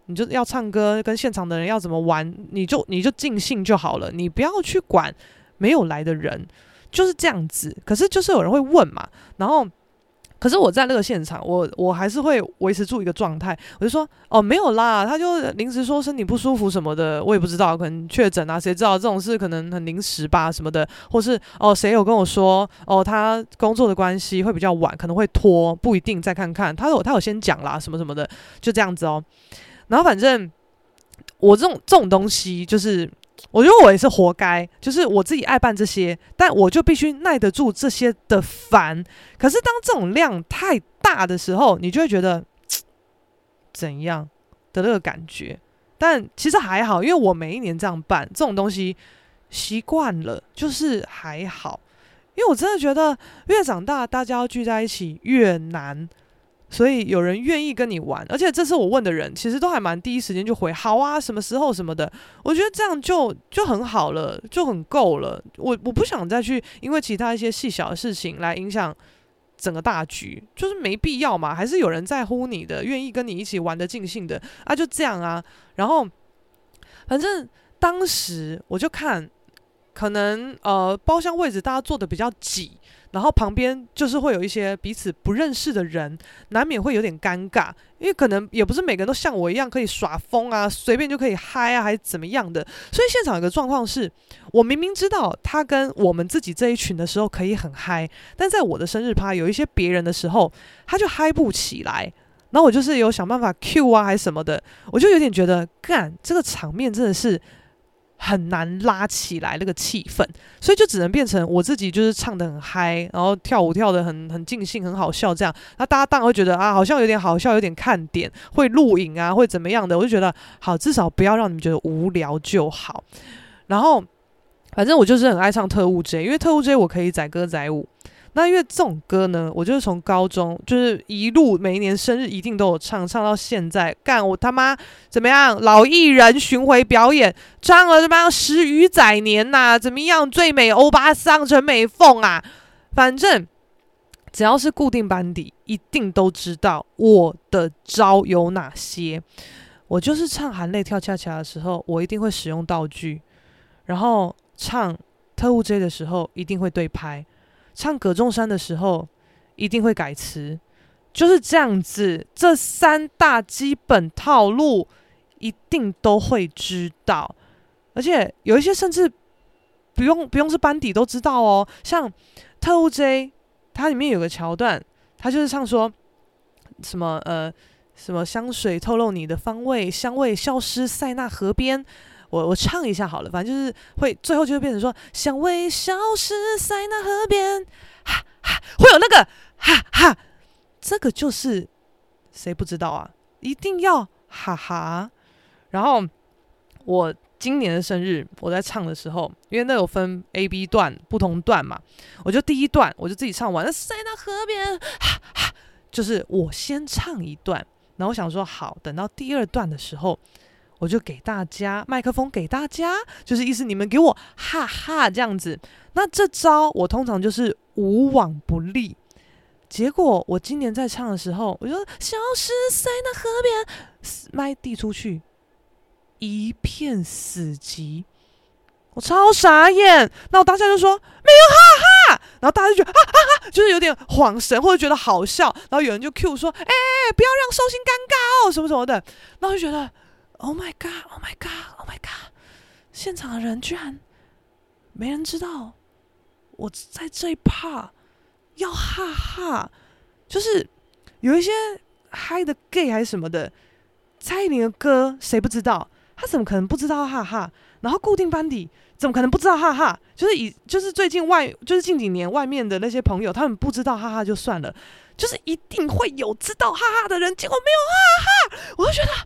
你就要唱歌，跟现场的人要怎么玩，你就尽兴就好了，你不要去管没有来的人，就是这样子。可是就是有人会问嘛，然后可是我在那个现场，我还是会维持住一个状态，我就说没有啦，他就临时说身体不舒服什么的，我也不知道，可能确诊啊，谁知道这种事可能很临时吧什么的，或是谁有跟我说他工作的关系会比较晚，可能会拖，不一定，再看看。他有先讲啦什么什么的，就这样子然后反正我这种东西，就是我觉得我也是活该，就是我自己爱办这些，但我就必须耐得住这些的烦。可是当这种量太大的时候，你就会觉得怎样的那个感觉。但其实还好，因为我每一年这样办这种东西习惯了，就是还好。因为我真的觉得越长大，大家要聚在一起越难。所以有人愿意跟你玩，而且这次我问的人其实都还蛮第一时间就回好啊，什么时候什么的，我觉得这样就很好了，就很够了。我不想再去因为其他一些细小的事情来影响整个大局，就是没必要嘛。还是有人在乎你的，愿意跟你一起玩得尽兴的啊，就这样啊。然后反正当时我就看，可能包厢位置大家坐的比较挤。然后旁边就是会有一些彼此不认识的人，难免会有点尴尬，因为可能也不是每个人都像我一样可以耍疯啊，随便就可以嗨啊，还是怎么样的。所以现场有个状况是，我明明知道他跟我们自己这一群的时候可以很嗨，但在我的生日趴有一些别人的时候，他就嗨不起来。然后我就是有想办法 Q 啊，还是什么的，我就有点觉得，这个场面真的是很难拉起来那个气氛，所以就只能变成我自己就是唱得很嗨，然后跳舞跳得很尽兴，很好笑这样。那大家当然会觉得好像有点好笑，有点看点，会录影啊，会怎么样的，我就觉得好，至少不要让你们觉得无聊就好。然后反正我就是很爱唱特务 J， 因为特务 J 我可以载歌载舞。那因为这种歌呢，我就是从高中就是一路每一年生日一定都有唱到现在。我他妈怎么样？老艺人巡回表演唱了他妈10余载年呐，怎么样？最美欧巴桑陈美凤啊，反正只要是固定班底，一定都知道我的招有哪些。我就是唱含泪跳恰恰的时候，我一定会使用道具，然后唱特务 J 的时候一定会对拍。唱葛仲山的时候一定会改词，就是这样子。这3大基本套路一定都会知道，而且有一些甚至不用是班底都知道像特务 J， 它里面有个桥段，它就是唱说什么什么香水透露你的方位，香味消失塞纳河边。我唱一下好了，反正就是会最后就会变成说香味消失塞纳河边，哈哈，会有那个哈哈，这个就是谁不知道啊？一定要哈哈。然后我今年的生日，我在唱的时候，因为那有分 A、B 段不同段嘛，我就第一段我就自己唱完，塞纳河边，哈哈，就是我先唱一段，然后我想说好，等到第2段的时候。我就给大家麦克风，给大家，就是意思你们给我哈哈这样子。那这招我通常就是无往不利。结果我今年在唱的时候，我就消失在那河边，麦递出去，一片死寂，我超傻眼。那我当下就说没有哈哈，然后大家就觉得哈哈哈，就是有点恍神或者觉得好笑，然后有人就 Q 说，不要让寿星尴尬什么什么的，然后就觉得。Oh my god! Oh my god! Oh my god! 现场的人居然没人知道我在这一 part 要哈哈，就是有一些嗨的 gay 还是什么的，蔡依林的歌谁不知道？他怎么可能不知道哈哈？然后固定班底怎么可能不知道哈哈？就是最近就是近几年外面的那些朋友，他们不知道哈哈就算了，就是一定会有知道哈哈的人，结果没有哈哈，我就觉得。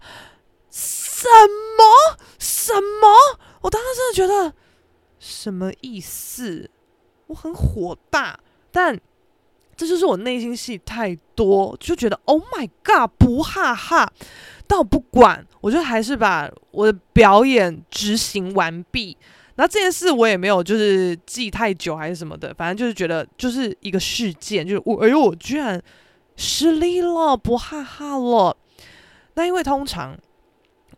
什么？我当时真的觉得什么意思？我很火大，但这就是我内心戏太多，就觉得 Oh my god， 不哈哈。但我不管，我就还是把我的表演执行完毕。然后这件事我也没有就是记太久还是什么的，反正就是觉得就是一个事件，就是我居然失利了，不哈哈了。那因为通常。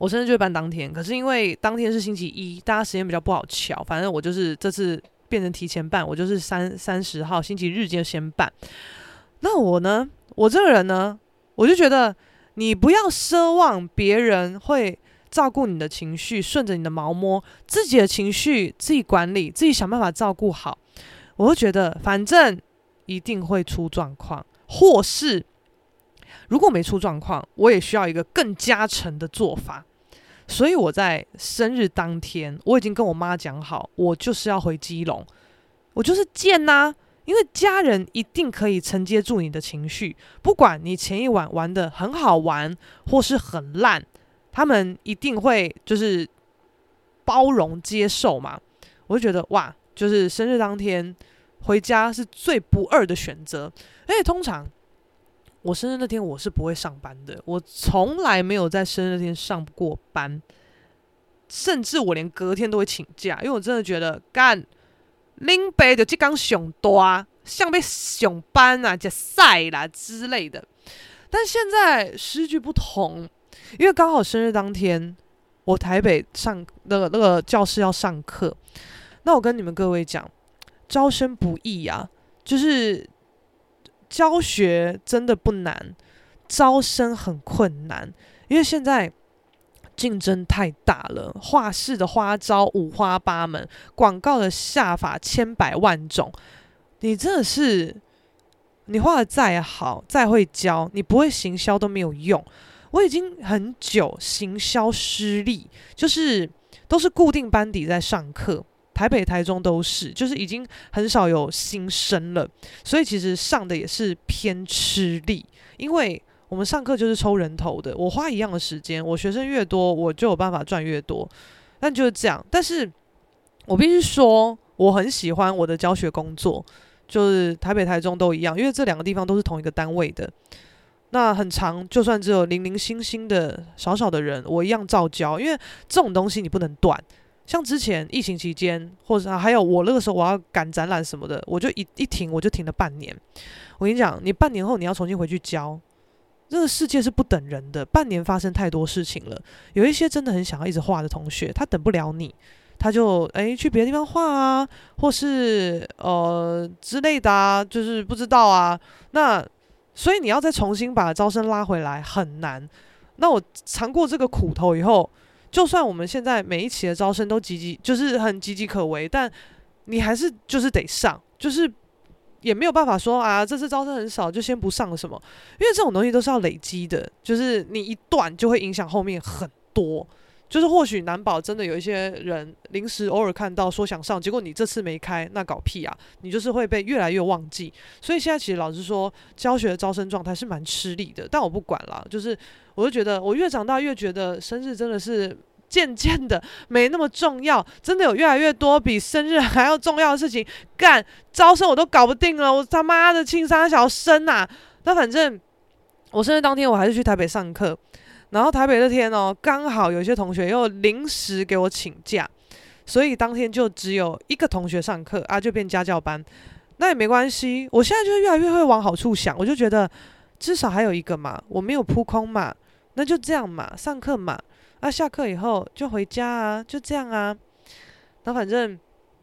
我生日就会办当天，可是因为当天是星期一，大家时间比较不好瞧，反正我就是这次变成提前办，我就是30号星期日就先办。那我呢，我这个人呢，我就觉得你不要奢望别人会照顾你的情绪，顺着你的毛摸，自己的情绪自己管理，自己想办法照顾好。我会觉得反正一定会出状况，或是如果没出状况，我也需要一个更加成的做法。所以我在生日当天，我已经跟我妈讲好，我就是要回基隆，我就是贱啊，因为家人一定可以承接住你的情绪，不管你前一晚玩得很好玩或是很烂，他们一定会就是包容接受嘛。我就觉得哇，就是生日当天回家是最不二的选择。而且通常我生日那天我是不会上班的，我从来没有在生日那天上过班，甚至我连隔天都会请假，因为我真的觉得干恁爸就这天上大，像被上班啊、吃晒啦之类的。但现在时局不同，因为刚好生日当天，我台北上那个教室要上课。那我跟你们各位讲，招生不易啊，就是教学真的不难，招生很困难，因为现在竞争太大了，画室的花招五花八门，广告的下法千百万种，你真的是你画的再好再会教，你不会行销都没有用。我已经很久行销失利，就是都是固定班底在上课，台北台中都是，就是已经很少有新生了，所以其实上的也是偏吃力，因为我们上课就是抽人头的，我花一样的时间，我学生越多我就有办法赚越多，但就是这样。但是我必须说我很喜欢我的教学工作，就是台北台中都一样，因为这两个地方都是同一个单位的，那很长，就算只有零零星星的少少的人，我一样照教，因为这种东西你不能断。像之前疫情期间，或者还有我那个时候我要赶展览什么的，我就一停我就停了半年。我跟你讲，你半年后你要重新回去教，这个世界是不等人的，半年发生太多事情了。有一些真的很想要一直画的同学，他等不了你，他就去别的地方画啊，或是之类的啊，就是不知道啊。那所以你要再重新把招生拉回来很难。那我尝过这个苦头以后，就算我们现在每一期的招生都就是很岌岌可危，但你还是就是得上，就是也没有办法说啊，这次招生很少就先不上了什么，因为这种东西都是要累积的，就是你一断就会影响后面很多。就是或许难保真的有一些人临时偶尔看到说想上，结果你这次没开，那搞屁啊！你就是会被越来越忘记。所以现在其实老实说，教学的招生状态是蛮吃力的，但我不管啦，就是我就觉得我越长大越觉得生日真的是渐渐的没那么重要，真的有越来越多比生日还要重要的事情干，招生我都搞不定了，我他妈的庆三小生啊！那反正我生日当天我还是去台北上课。然后台北那天刚好有一些同学又临时给我请假，所以当天就只有一个同学上课啊，就变家教班。那也没关系，我现在就越来越会往好处想，我就觉得至少还有一个嘛，我没有扑空嘛，那就这样嘛，上课嘛，下课以后就回家啊，就这样啊。那反正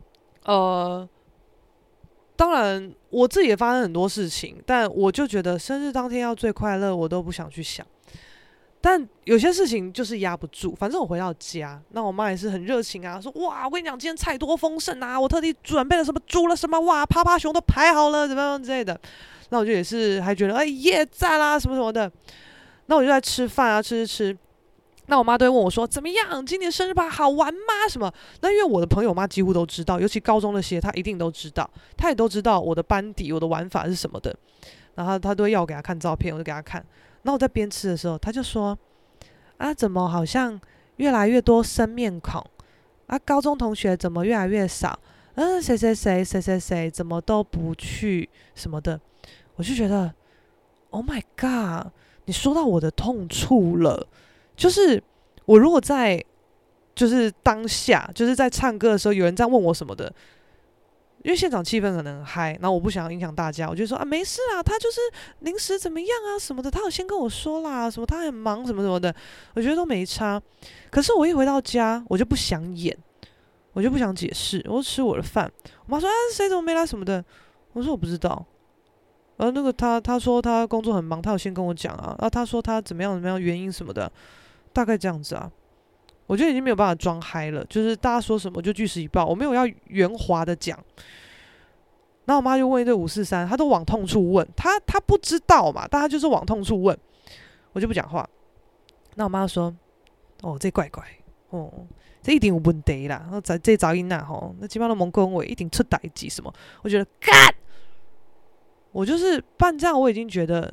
当然我自己也发生很多事情，但我就觉得生日当天要最快乐，我都不想去想。但有些事情就是压不住，反正我回到家，那我妈也是很热情啊，说哇，我跟你讲，今天菜多丰盛啊，我特地准备了什么煮了什么，哇，趴趴熊都排好了，怎么样之类的。那我就也是还觉得耶赞啦什么什么的。那我就在吃饭啊，吃。那我妈都会问我说怎么样，今年生日趴好玩吗？什么？那因为我的朋友妈几乎都知道，尤其高中那些，她一定都知道，她也都知道我的班底、我的玩法是什么的。然后她都会要我给她看照片，我就给她看。然后我在边吃的时候，他就说怎么好像越来越多生面孔啊？高中同学怎么越来越少？谁怎么都不去什么的？我就觉得 ，Oh my god！ 你说到我的痛处了。就是我如果在就是当下就是在唱歌的时候，有人这样问我什么的， 因为现场气氛可能很嗨，然后我不想影响大家，我就说啊没事啦，他就是临时怎么样啊什么的，他有先跟我说啦，什么他很忙什么什么的，我觉得都没差。可是我一回到家，我就不想演，我就不想解释，我就吃我的饭。我妈说啊谁怎么没来什么的，我说我不知道。然后那个他说他工作很忙，他有先跟我讲啊，然后他说他怎么样怎么样原因什么的，大概这样子啊。我觉得已经没有办法装嗨了，就是大家说什么就据实以报，我没有要圆滑的讲。然后我妈就问一堆543，她都往痛处问，她不知道嘛，但她就是往痛处问，我就不讲话。那我妈说：“哦，这怪怪，哦，这一定有问题啦。然后这噪音呐，吼，那基本上蒙恭维一定出代志什么。”我觉得干，我就是办这样，我已经觉得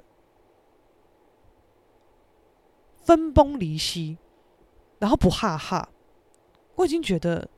分崩离析，然后不哈哈，我已经觉得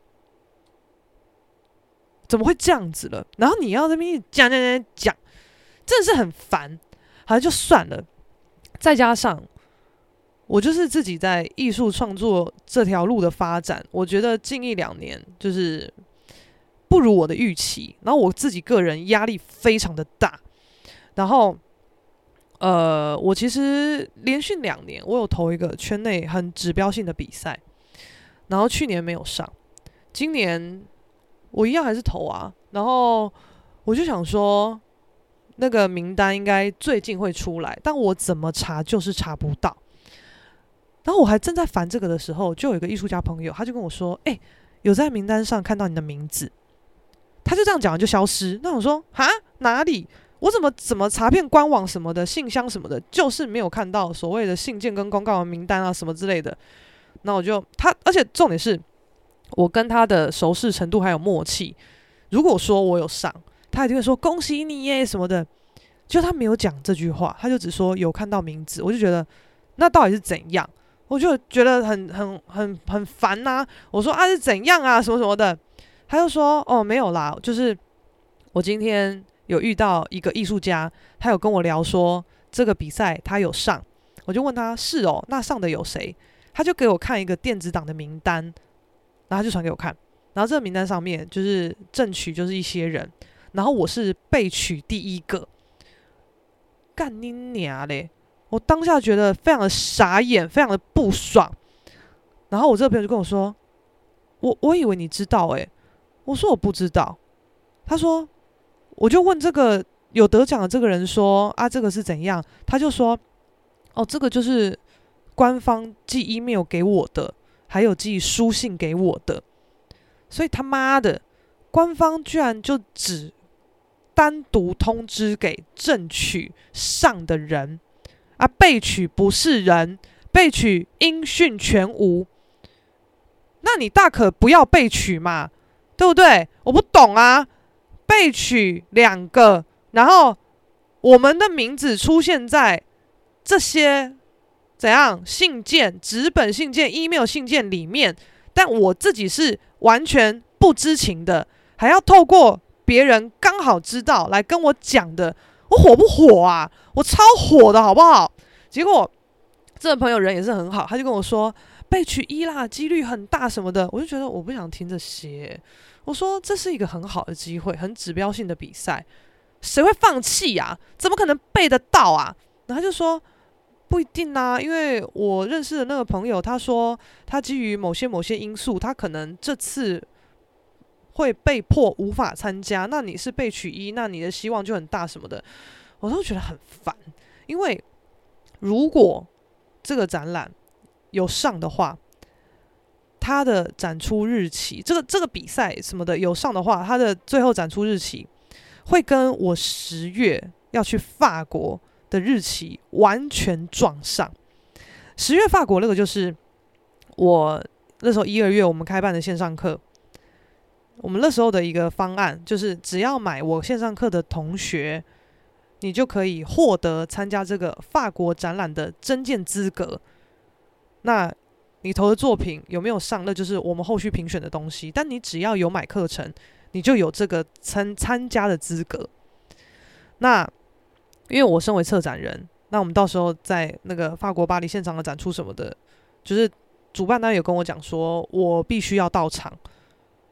怎么会这样子了？然后你要这边讲，真的是很烦。好像就算了，再加上我就是自己在艺术创作这条路的发展，我觉得近1-2年就是不如我的预期，然后我自己个人压力非常的大。然后我其实连续2年我有投一个圈内很指标性的比赛，然后去年没有上，今年我一样还是投啊。然后我就想说那个名单应该最近会出来，但我怎么查就是查不到。然后我还正在烦这个的时候，就有一个艺术家朋友，他就跟我说：“有在名单上看到你的名字。”他就这样讲完就消失。那我说：“哈，哪里？我怎么查遍官网什么的、信箱什么的，就是没有看到所谓的信件跟公告的名单啊什么之类的。”那我就而且重点是我跟他的熟识程度还有默契。如果说我有上，他一定会说恭喜你耶什么的。就他没有讲这句话，他就只说有看到名字。我就觉得那到底是怎样？我就觉得很烦呐。我说啊是怎样啊什么什么的，他就说哦没有啦，就是我今天有遇到一个艺术家，他有跟我聊说这个比赛他有上，我就问他是哦，那上的有谁？他就给我看一个电子档的名单，然后他就传给我看，然后这个名单上面就是正取就是一些人，然后我是被取第一个，干你娘嘞！我当下觉得非常的傻眼，非常的不爽。然后我这个朋友就跟我说：“我以为你知道我说：“我不知道。”他说：“我就问这个有得奖的这个人说啊，这个是怎样？”他就说：“哦，这个就是官方寄 email 给我的，还有寄书信给我的。所以他妈的，官方居然就只单独通知给正取上的人。”啊，被取不是人，被取音讯全无。那你大可不要被取嘛，对不对？我不懂啊，被取2个，然后我们的名字出现在这些怎样信件、纸本信件、email 信件里面，但我自己是完全不知情的，还要透过别人刚好知道来跟我讲的。我火不火啊？我超火的好不好？结果这个朋友人也是很好，他就跟我说被取1啦，几率很大什么的。我就觉得我不想听这些。我说这是一个很好的机会，很指标性的比赛，谁会放弃啊？怎么可能背得到啊？然后他就说不一定啊，因为我认识的那个朋友，他说他基于某些因素，他可能这次会被迫无法参加。那你是被取1，那你的希望就很大什么的。我都觉得很烦，因为如果这个展览有上的话，它的展出日期，这个比赛什么的有上的话，它的最后展出日期会跟我10月要去法国的日期完全撞上。10月法国那个就是我那时候1、2月我们开办的线上课，我们那时候的一个方案就是只要买我线上课的同学，你就可以获得参加这个法国展览的征件资格。那你投的作品有没有上，那就是我们后续评选的东西。但你只要有买课程，你就有这个参加的资格。那因为我身为策展人，那我们到时候在那个法国巴黎现场的展出什么的，就是主办单位有跟我讲说，我必须要到场。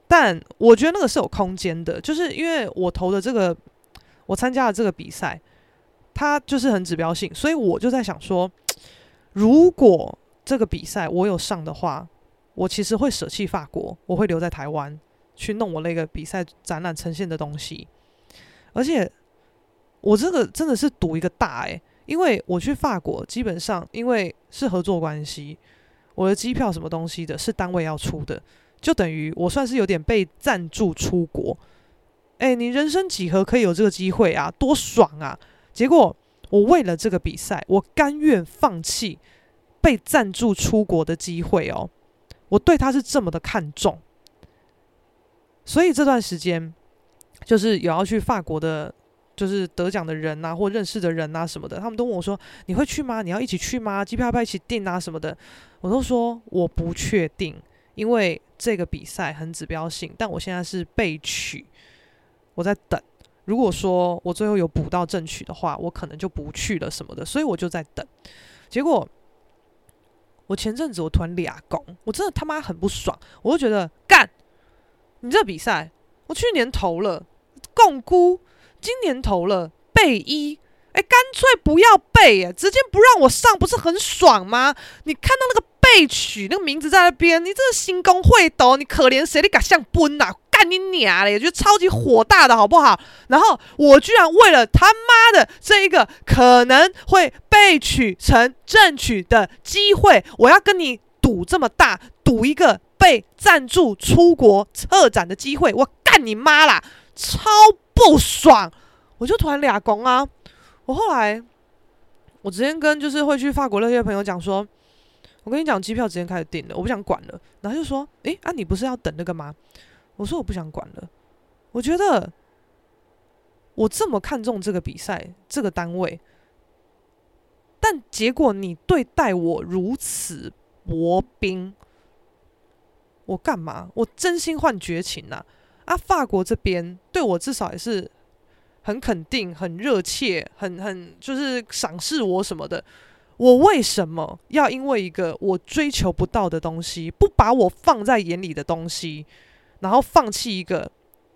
但我觉得那个是有空间的，就是因为我参加的这个比赛，它就是很指标性，所以我就在想说，如果这个比赛我有上的话，我其实会舍弃法国，我会留在台湾去弄我那个比赛展览呈现的东西。而且我这个真的是赌一个大因为我去法国基本上因为是合作关系，我的机票什么东西的是单位要出的，就等于我算是有点被赞助出国。你人生几何可以有这个机会啊，多爽啊！结果我为了这个比赛，我甘愿放弃被赞助出国的机会哦。我对他是这么的看重，所以这段时间就是有要去法国的，就是得奖的人啊，或认识的人啊什么的，他们都问我说：“你会去吗？你要一起去吗？机票要不要一起订啊什么的？”我都说我不确定，因为这个比赛很指标性，但我现在是备取，我在等。如果说我最后有补到正取的话，我可能就不去了什么的，所以我就在等。结果我前阵子我突然俩拱，我真的他妈很不爽，我就觉得干，你这比赛我去年投了共估，今年投了备一，干脆不要备直接不让我上，不是很爽吗？你看到那个备取那个名字在那边，你这个心公会斗，你可怜谁？你敢像奔啊？干你娘嘞！就超级火大的好不好？然后我居然为了他妈的这一个可能会被取成正取的机会，我要跟你赌这么大，赌一个被赞助出国策展的机会，我干你妈啦！超不爽！我就突然俩公啊！我后来我直接跟就是会去法国那些朋友讲说，我跟你讲，机票直接开始订了，我不想管了。然后就说，你不是要等那个吗？我说我不想管了，我觉得我这么看重这个比赛这个单位，但结果你对待我如此薄冰，我干嘛？我真心换绝情法国这边对我至少也是很肯定、很热切、很就是赏识我什么的。我为什么要因为一个我追求不到的东西，不把我放在眼里的东西，然后放弃一个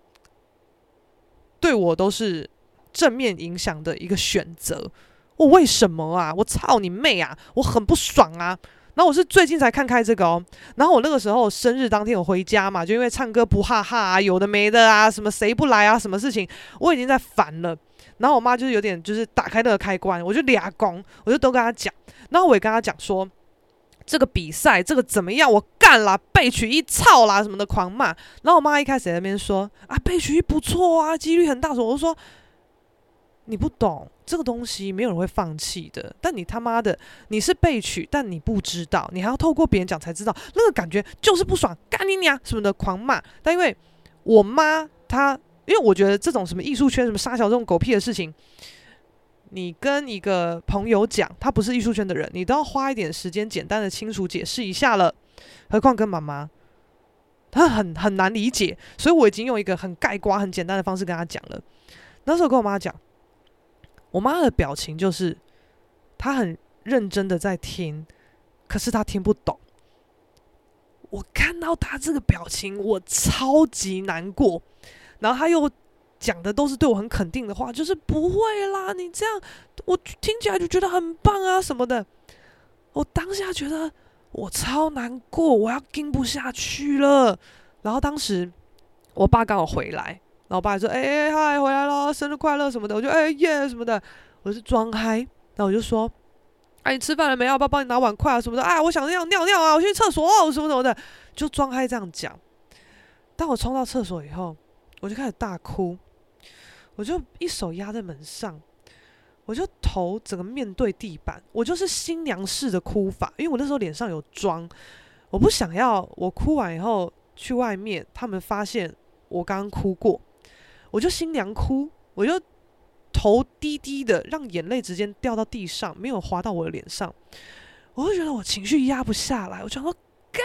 对我都是正面影响的一个选择？我为什么啊？我操你妹啊！我很不爽啊！然后我是最近才看开这个哦。然后我那个时候生日当天我回家嘛，就因为唱歌不哈哈啊，有的没的啊，什么谁不来啊，什么事情我已经在烦了。然后我妈就是有点就是打开那个开关，我就俩公，我就都跟她讲。然后我也跟她讲说，这个比赛这个怎么样？我干啦，备取一操啦什么的狂骂。然后我妈一开始在那边说备取一不错啊，几率很大。我就说你不懂这个东西，没有人会放弃的。但你他妈的你是备取，但你不知道，你还要透过别人讲才知道，那个感觉就是不爽，干你娘什么的狂骂。但因为我妈她，因为我觉得这种什么艺术圈什么杀小这种狗屁的事情，你跟一个朋友讲，他不是艺术圈的人，你都要花一点时间简单的清楚解释一下了。何况跟妈妈，她很难理解，所以我已经用一个很概括、很简单的方式跟她讲了。那时候跟我妈讲，我妈的表情就是她很认真的在听，可是她听不懂。我看到她这个表情，我超级难过。然后她又讲的都是对我很肯定的话，就是不会啦，你这样我听起来就觉得很棒啊什么的。我当下觉得我超难过，我要跟不下去了。然后当时我爸刚好回来，然后我爸就说嗨回来了，生日快乐什么的。我就耶什么的，我是装嗨。然后我就说你吃饭了没？要不要帮你拿碗筷啊什么的？我想尿尿啊，我去厕所什么什么的，就装嗨这样讲。当我冲到厕所以后，我就开始大哭，我就一手压在门上，我就头整个面对地板，我就是新娘式的哭法，因为我那时候脸上有妆，我不想要我哭完以后去外面，他们发现我刚刚哭过，我就新娘哭，我就头低低的，让眼泪直接掉到地上，没有滑到我的脸上。我就觉得我情绪压不下来，我就想说干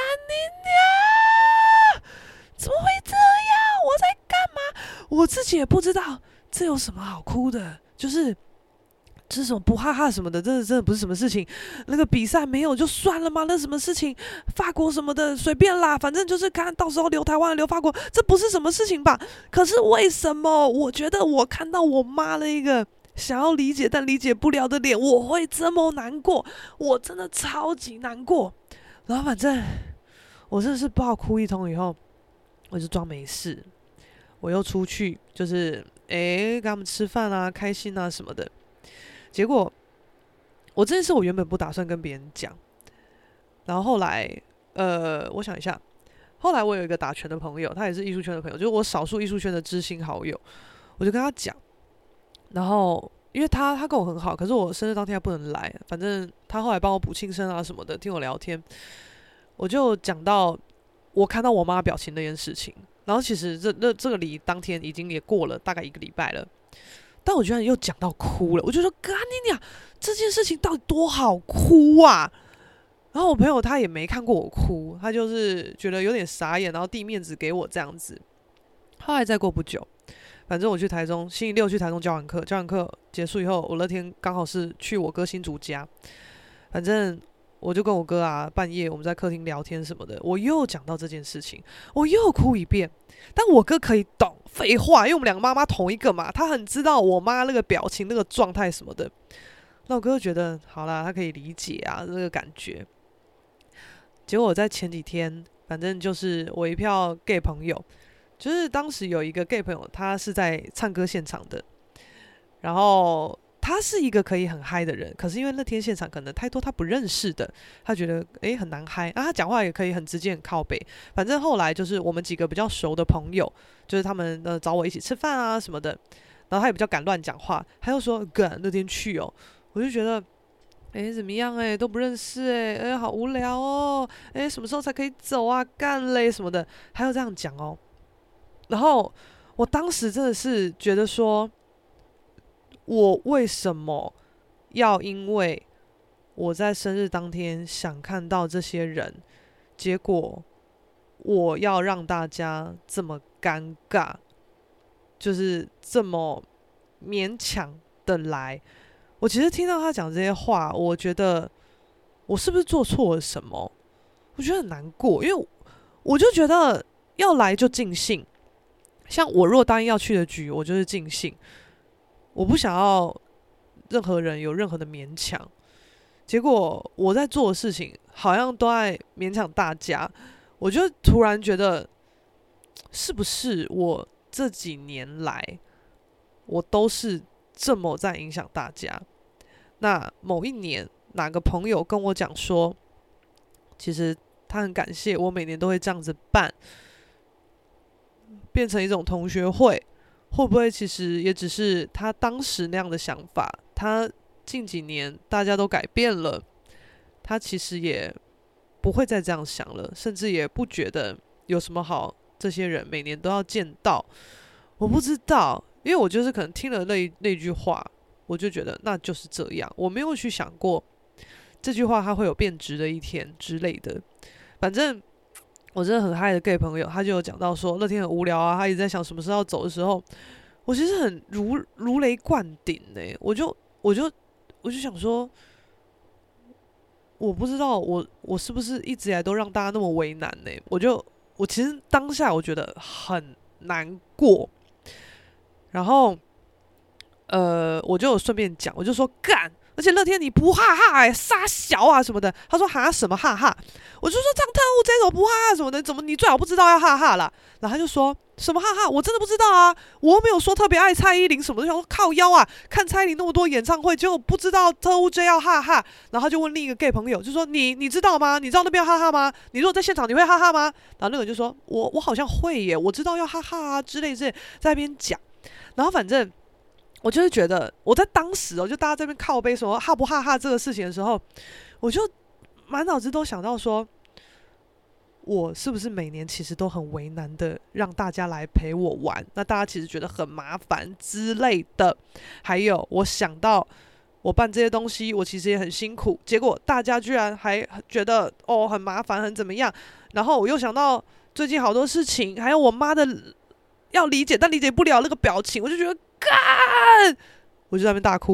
你娘，怎么会这样？我在干嘛？我自己也不知道这有什么好哭的，就是这是什么不哈哈什么的，真的不是什么事情。那个比赛没有就算了吗？那什么事情，法国什么的随便啦，反正就是看到时候留台湾留法国，这不是什么事情吧？可是为什么我觉得我看到我妈那个想要理解但理解不了的脸，我会这么难过？我真的超级难过。然后反正我真的是爆哭一通以后，我就装没事，我又出去就是跟他们吃饭啊，开心啊什么的。结果我这件事我原本不打算跟别人讲，然后后来我想一下，后来我有一个打拳的朋友，他也是艺术圈的朋友，就是我少数艺术圈的知心好友，我就跟他讲，然后因为他跟我很好，可是我生日当天他不能来，反正他后来帮我补庆生啊什么的，听我聊天，我就讲到我看到我妈表情那件事情，然后其实这个离当天已经也过了大概1个礼拜了。但我居然又讲到哭了，我就说干你娘，这件事情到底多好哭啊！然后我朋友他也没看过我哭，他就是觉得有点傻眼，然后递面子给我这样子。后来再过不久，反正我去台中，星期六去台中教完课，教完课结束以后，我那天刚好是去我哥新竹家，反正我就跟我哥啊，半夜我们在客厅聊天什么的，我又讲到这件事情，我又哭一遍。但我哥可以懂，废话，因为我们两个妈妈同一个嘛，他很知道我妈那个表情、那个状态什么的。那我哥就觉得好啦，他可以理解啊，这个感觉。结果我在前几天，反正就是我一票 gay 朋友，就是当时有一个 gay 朋友，他是在唱歌现场的，然后他是一个可以很嗨的人，可是因为那天现场可能太多他不认识的，他觉得很难嗨啊。他讲话也可以很直接很靠北。反正后来就是我们几个比较熟的朋友，就是他们找我一起吃饭啊什么的，然后他也比较敢乱讲话，他又说干那天去哦，我就觉得怎么样都不认识好无聊哦，什么时候才可以走啊干嘞什么的，还有这样讲哦。然后我当时真的是觉得说，我为什么要因为我在生日当天想看到这些人，结果我要让大家这么尴尬，就是这么勉强的来。我其实听到他讲这些话，我觉得我是不是做错了什么？我觉得很难过，因为我就觉得要来就尽兴。像我若答应要去的局，我就是尽兴。我不想要任何人有任何的勉强，结果我在做的事情好像都在勉强大家，我就突然觉得，是不是我这几年来，我都是这么在影响大家？那某一年，哪个朋友跟我讲说，其实他很感谢我每年都会这样子办，变成一种同学会。会不会其实也只是他当时那样的想法？他近几年大家都改变了，他其实也不会再这样想了，甚至也不觉得有什么好这些人每年都要见到。我不知道，因为我就是可能听了那句话，我就觉得那就是这样，我没有去想过这句话它会有变质的一天之类的。反正我真的很嗨的 gay 朋友，他就有讲到说那天很无聊啊，他一直在想什么时候要走的时候，我其实很如雷贯顶我就想说，我不知道我是不是一直以来都让大家那么为难我其实当下我觉得很难过，然后我就有顺便讲，我就说干。而且那天你不哈哈傻小啊什么的，他说哈什么哈哈，我就说这样特务这种不哈哈什么的，怎么你最好不知道要哈哈啦？然后他就说什么哈哈，我真的不知道啊，我又没有说特别爱蔡依林什么的，想说靠腰啊，看蔡依林那么多演唱会，结果不知道特务 J 要哈哈，然后他就问另一个 gay 朋友，就说你知道吗？你知道那边要哈哈吗？你如果在现场你会哈哈吗？然后那个人就说我好像会耶，我知道要哈哈啊之类在那边讲，然后反正。我就是觉得，我在当时就大家这边靠背说哈不哈哈这个事情的时候，我就满脑子都想到说，我是不是每年其实都很为难的让大家来陪我玩？那大家其实觉得很麻烦之类的。还有，我想到我办这些东西，我其实也很辛苦，结果大家居然还觉得很麻烦，很怎么样？然后我又想到最近好多事情，还有我妈的要理解但理解不了那个表情，我就觉得。干！我就在那边大哭，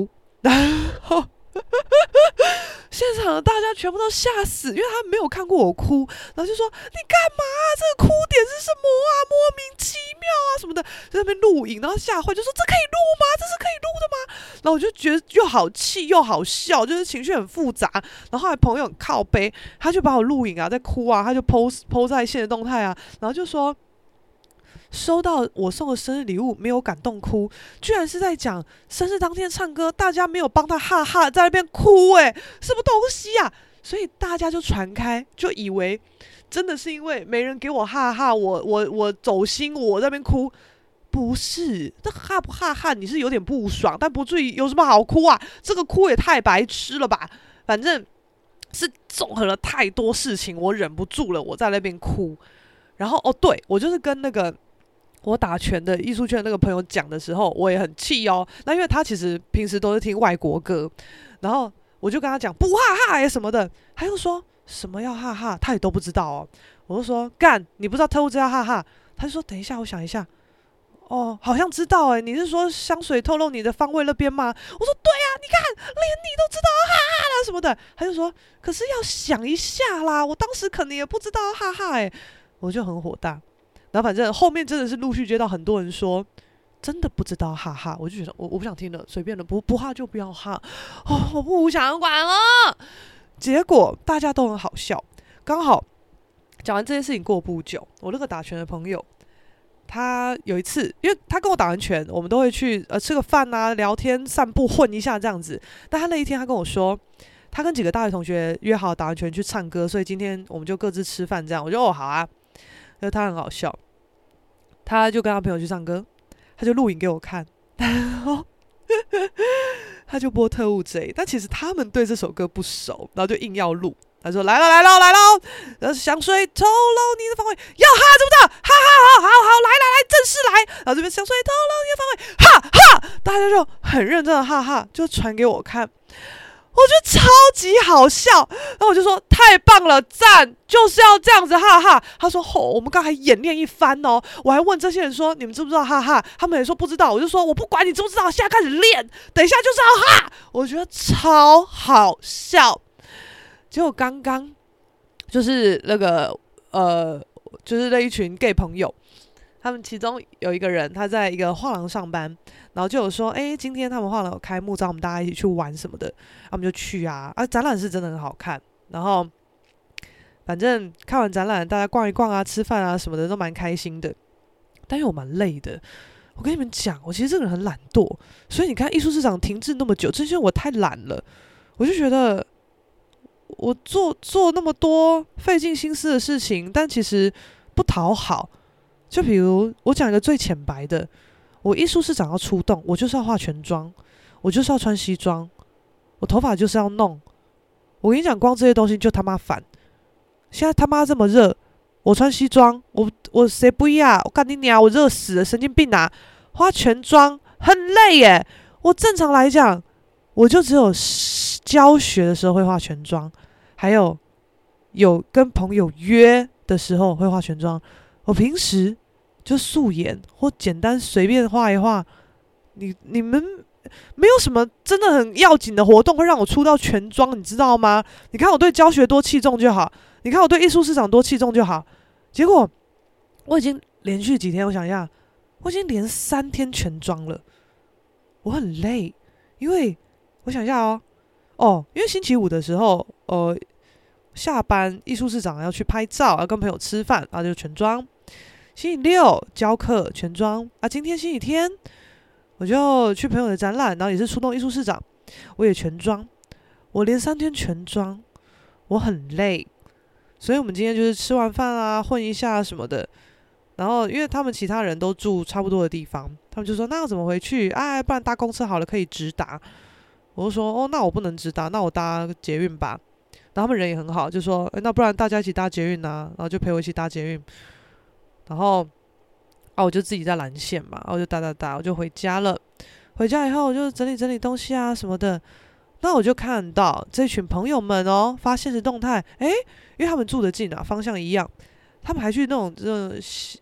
然后现场的大家全部都吓死，因为他没有看过我哭，然后就说你干嘛这个哭点是什么啊，莫名其妙啊什么的，在那边录影，然后吓坏，就说这可以录吗？这是可以录的吗？然后我就觉得又好气又好笑，就是情绪很复杂。然后后来朋友很靠背，他就把我录影啊在哭啊，他就 po 在现实动态啊，然后就说收到我送的生日礼物没有感动哭，居然是在讲生日当天唱歌大家没有帮他哈哈，在那边哭什么东西啊？所以大家就传开，就以为真的是因为没人给我哈哈，我走心，我在那边哭。不是，这哈不哈哈你是有点不爽，但不至于有什么好哭啊，这个哭也太白痴了吧。反正是综合了太多事情，我忍不住了，我在那边哭。然后对，我就是跟那个我打拳的艺术圈的那个朋友讲的时候，我也很气哦。那因为他其实平时都是听外国歌，然后我就跟他讲不哈哈什么的，他又说什么要哈哈，他也都不知道哦。我就说干，你不知道特务这要哈哈？他就说等一下，我想一下。哦，好像知道你是说香水透露你的方位那边吗？我说对啊，你看连你都知道哈哈啦什么的。他就说可是要想一下啦，我当时可能也不知道哈哈我就很火大。然后反正后面真的是陆续接到很多人说真的不知道哈哈，我就觉得我不想听了，随便了，不哈就不要哈我不想管了。结果大家都很好笑，刚好讲完这件事情过不久，我那个打拳的朋友他有一次，因为他跟我打完拳，我们都会去吃个饭啊，聊天、散步、混一下这样子。但他那一天他跟我说，他跟几个大学同学约好打完拳去唱歌，所以今天我们就各自吃饭这样。我就好啊，因为他很好笑，他就跟他朋友去唱歌，他就录影给我看，然后他就播特务 J， 但其实他们对这首歌不熟，然后就硬要录。他说来喽，然后香水透露你的方位，要哈知不知道？哈哈，好，来，正式来。然后这边香水透露你的方位，哈哈，大家就很认真的哈哈，就传给我看，我觉得超级好笑。然后我就说太棒了，赞，就是要这样子哈哈。他说我们刚才演练一番哦，我还问这些人说你们知不知道哈哈，他们也说不知道。我就说我不管你知不知道，现在开始练，等一下就是要哈。我觉得超好笑。结果刚刚就是那个就是那一群 gay 朋友，他们其中有一个人他在一个画廊上班，然后就有说今天他们画廊有开幕，找我们大家一起去玩什么的，我们就去啊，展览是真的很好看，然后反正看完展览大家逛一逛啊，吃饭啊什么的都蛮开心的。但因为我蛮累的，我跟你们讲，我其实这个人很懒惰，所以你看艺术市场停滞那么久，正是因为我太懒了。我就觉得我做那么多费尽心思的事情，但其实不讨好。就比如我讲一个最浅白的，我艺术市场要出动，我就是要化全妆，我就是要穿西装，我头发就是要弄。我跟你讲，光这些东西就他妈烦。现在他妈这么热，我穿西装，我谁不要？我干你娘！我热死了，神经病啊！化全妆很累耶。我正常来讲，我就只有教学的时候会化全妆，还有跟朋友约的时候会化全妆。我平时就素颜或简单随便画一画。你们没有什么真的很要紧的活动会让我出到全妆，你知道吗？你看我对教学多器重就好，你看我对艺术市场多器重就好。结果我已经连续几天，我想一下，我已经连3天全妆了，我很累，因为我想一下因为星期五的时候，下班艺术市场要去拍照，要跟朋友吃饭，然后就全妆。星期六教课全妆啊，今天星期天我就去朋友的展览，然后也是出动艺术市场，我也全妆。我连3天全妆，我很累。所以我们今天就是吃完饭啊，混一下什么的。然后因为他们其他人都住差不多的地方，他们就说那要怎么回去？不然搭公车好了，可以直达。我就说那我不能直达，那我搭捷运吧。然后他们人也很好，就说那不然大家一起搭捷运啊，然后就陪我一起搭捷运。然后我就自己在蓝线嘛，然后就搭，我就回家了。回家以后我就整理整理东西啊什么的。那我就看到这群朋友们发现实动态，因为他们住得近啊，方向一样，他们还去那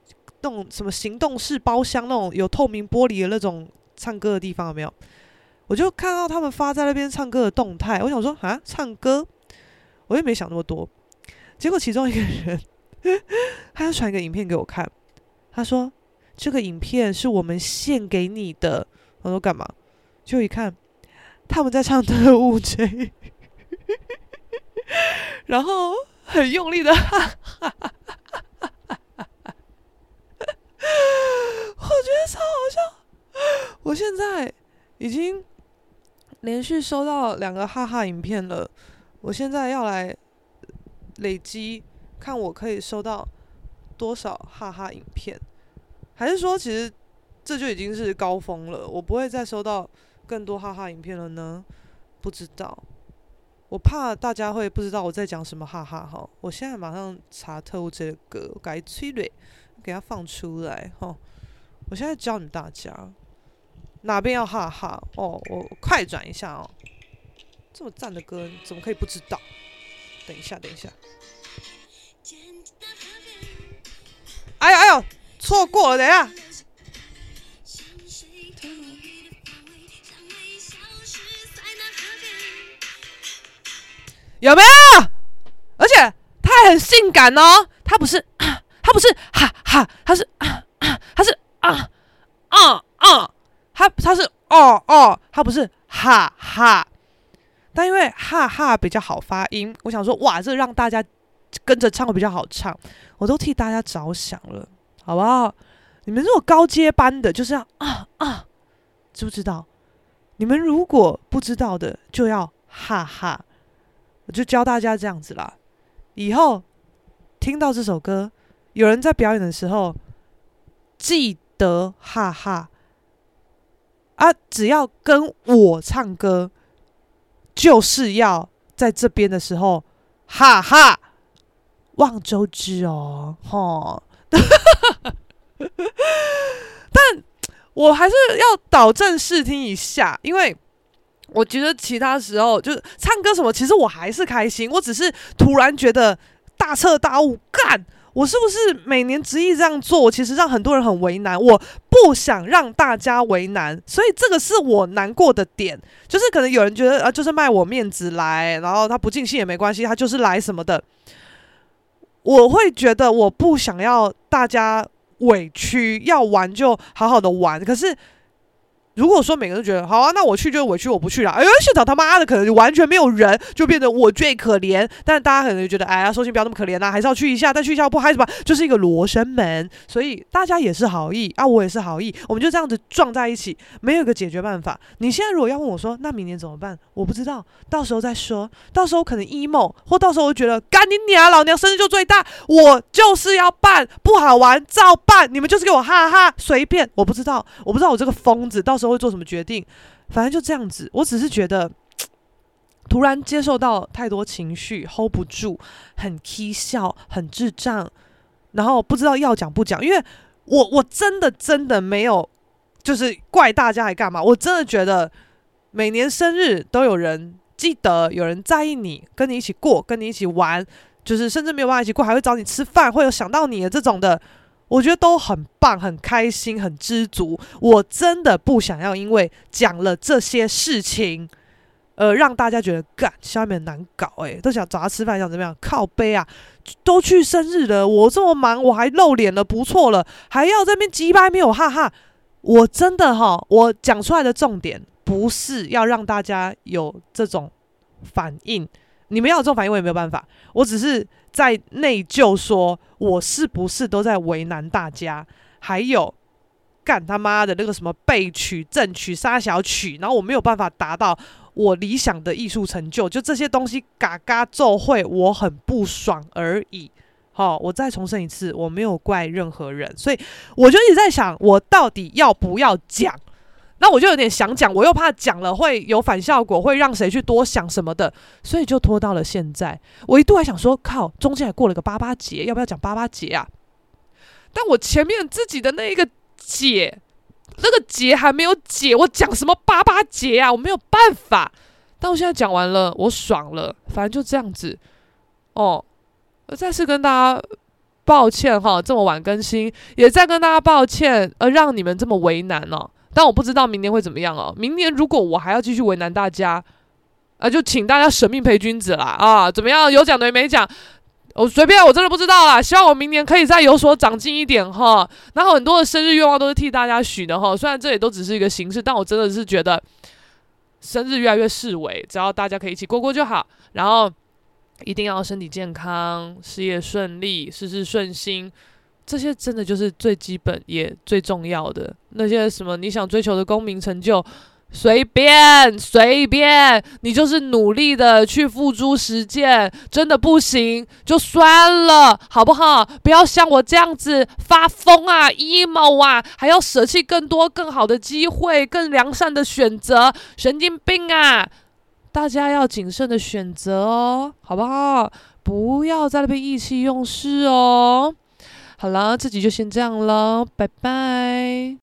种什么行动式包厢，那种有透明玻璃的那种唱歌的地方，有没有？ 我就看到他们发在那边唱歌的动态，我想说啊，唱歌，我也没想那么多。结果其中一个人他就传一个影片给我看，他说这个影片是我们献给你的。我说干嘛？就一看他们在唱特务 J 然后很用力的哈哈哈哈哈，我觉得超好笑。我现在已经连续收到2个哈哈影片了，我现在要来累积看我可以收到多少哈哈影片，还是说其实这就已经是高峰了，我不会再收到更多哈哈影片了呢？不知道，我怕大家会不知道我在讲什么哈哈哈。我现在马上查特务这个歌，我改催泪，给它放出来哈。我现在教你大家哪边要哈哈哦，我快转一下哦。这么赞的歌，你怎么可以不知道？等一下，哎呦哎呦，错过了，等一下。有没有？而且他还很性感哦，他不是哈哈，他是他是他是他不是哈哈。但因为哈哈比较好发音，我想说哇，这让大家跟着唱会比较好唱，我都替大家着想了，好不好？你们如果高阶班的，就是要知不知道？你们如果不知道的，就要哈哈。我就教大家这样子啦，以后听到这首歌，有人在表演的时候，记得哈哈啊！只要跟我唱歌，就是要在这边的时候哈哈，望周知哦，吼。但我还是要导正视听一下，因为我觉得其他时候就是唱歌什么，其实我还是开心。我只是突然觉得大彻大悟，干，我是不是每年执意这样做，我其实让很多人很为难，我不想让大家为难，所以这个是我难过的点。就是可能有人觉得就是卖我面子来，然后他不尽兴也没关系，他就是来什么的。我会觉得我不想要大家委屈，要玩就好好的玩。可是如果说每个人都觉得好啊，那我去就委屈，我不去了。哎呦，现场他妈的可能就完全没有人，就变得我最可怜。但大家可能就觉得，哎呀，收心不要那么可怜啦，还是要去一下，但去一下不嗨什么，就是一个罗生门。所以大家也是好意啊，我也是好意，我们就这样子撞在一起，没有一个解决办法。你现在如果要问我说，那明年怎么办？我不知道，到时候再说。到时候可能 emo， 或到时候我觉得干你娘，老娘生日就最大，我就是要办，不好玩照办，你们就是给我哈哈随便。我不知道我这个疯子到时候会做什么决定，反正就这样子。我只是觉得突然接受到太多情绪 hold 不住，很起笑，很智障，然后不知道要讲不讲。因为我真的没有就是怪大家还干嘛，我真的觉得每年生日都有人记得，有人在意你，跟你一起过，跟你一起玩，就是甚至没有办法一起过还会找你吃饭，会有想到你的这种的，我觉得都很棒，很开心，很知足。我真的不想要因为讲了这些事情让大家觉得干下面很难搞，都想找他吃饭，想怎么样？靠背啊，都去生日了，我这么忙，我还露脸了，不错了，还要在那边鸡掰没有哈哈。我真的我讲出来的重点不是要让大家有这种反应，你们要有这种反应我也没有办法，我只是在内疚说我是不是都在为难大家，还有干他妈的那个什么背曲正曲杀小曲，然后我没有办法达到我理想的艺术成就，就这些东西嘎嘎奏会我很不爽而已。我再重申一次，我没有怪任何人，所以我就一直在想我到底要不要讲。那我就有点想讲，我又怕讲了会有反效果，会让谁去多想什么的，所以就拖到了现在。我一度还想说靠，中间还过了个88节，要不要讲88节啊？但我前面自己的那一个解，那个结还没有解，我讲什么88节啊？我没有办法。但我现在讲完了，我爽了，反正就这样子再次跟大家抱歉这么晚更新，也再跟大家抱歉让你们这么为难但我不知道明年会怎么样哦。明年如果我还要继续为难大家，就请大家舍命陪君子啦啊！怎么样？有奖的没奖，我随便，我真的不知道啦。希望我明年可以再有所长进一点哈。然后很多的生日愿望都是替大家许的哈，虽然这也都只是一个形式，但我真的是觉得生日越来越式微，只要大家可以一起过过就好。然后一定要身体健康，事业顺利，事事顺心。这些真的就是最基本也最重要的。那些什么你想追求的功名成就，随便，你就是努力的去付诸实践，真的不行就算了，好不好？不要像我这样子发疯啊 emo 啊，还要舍弃更多更好的机会，更良善的选择，神经病啊！大家要谨慎的选择哦，好不好？不要在那边意气用事哦。好了，这集就先这样了，拜拜。